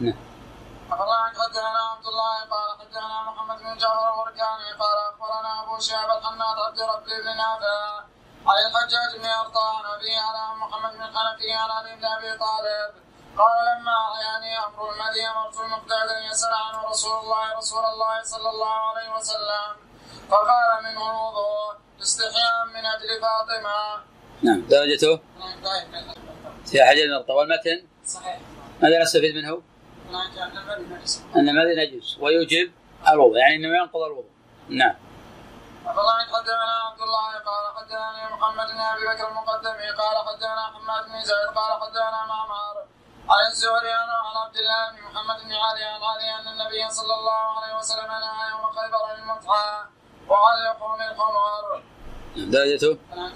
حدثنا عبد الله قال حدثنا محمد بن جعفر الوركاني قال اخبرنا ابو شهاب الحناد عبد ربي بن نافع عن الحجاج بن ارطاء عن ابيه على محمد بن الحنفي عن علي بن ابي طالب قال لما أعياني أمر المدي أمرت المقداد أن يسأل عنه رسول الله صلى الله عليه وسلم فقال منه الوضوء استحياء من أجل فاطمة. نعم. درجته؟ في حديث النقطة والمتن؟ صحيح. ماذا نستفيد منه؟ أن المذي نجس ويوجب الوضوء، يعني أنه ينقض الوضوء. نعم. والله حدثنا عبد الله قال حدثنا محمد بن ابي بكر المقدمي قال حدثنا حماد بن زيد قال حدثنا معمر عن الزهري عن عبد الله بن محمد بن علي عن علي ان النبي صلى الله عليه وسلم نهى يوم خيبر عن المتعه وعن لحوم الحمر. درجته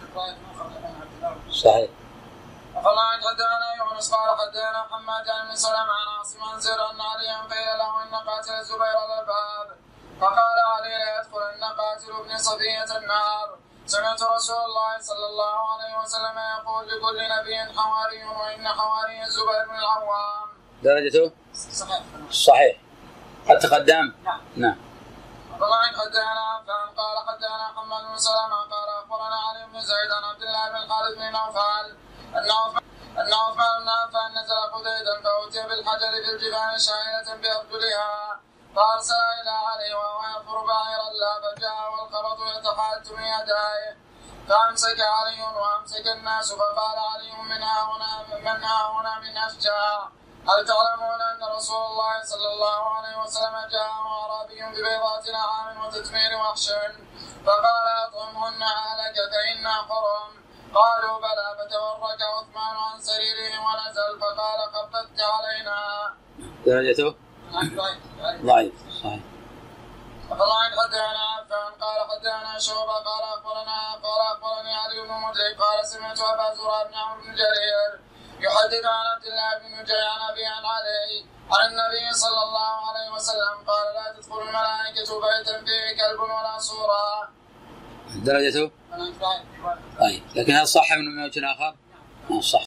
صحيح. والله حدثنا يونس قال حدثنا حماد بن سلمة عن عاصم عن زر ان عليا قيل له ان قاتل الزبير على الباب فقال علي لا يدخلن قاتل ابن صفية النار. سمعت رسول الله صلى الله عليه وسلم يقول لكل نبي حواري وإن حواري الزبير بن العوام. درجته صحيح. صحيح. قد تقدم. نعم. والله حدثنا عفان قال حدثنا حماد بن سلمة قال أخبرنا علي بن زيد عن عبد الله بن خالد بن نوفل أن عثمان بن عفان نزل حديدا فأتي بالحجر في الجبال شاهدة بأرجلها فأرسل إلى علي وهو ينفر بعيرا لا فجاء والخبط يتحات من يديه فأمسك علي وأمسك الناس فقال علي من ها هنا من أشجاع هل تعلمون أن رسول الله صلى الله عليه وسلم جاء أعرابي ببيضات نعام وتتمير وحش فقال أطعمهن أهلك فإنا حرم. قالوا بلى فتورك عثمان عن سريره ونزل فقال خففت علينا. درجته ضعيف. صحيح. والله حدثنا عفان قال حدثنا شعبة قال أخبرني علي بن مدرك قال سمعت أبا زرار بن عمرو بن جرير يحدث عن عبد الله بن نجي عن أبي عن علي عن النبي صلى الله عليه وسلم قال لا تدخل الملائكة بيتا فيه كلب ولا صورة. درجته طيب. لكن هل صح من وجه آخر؟ صح.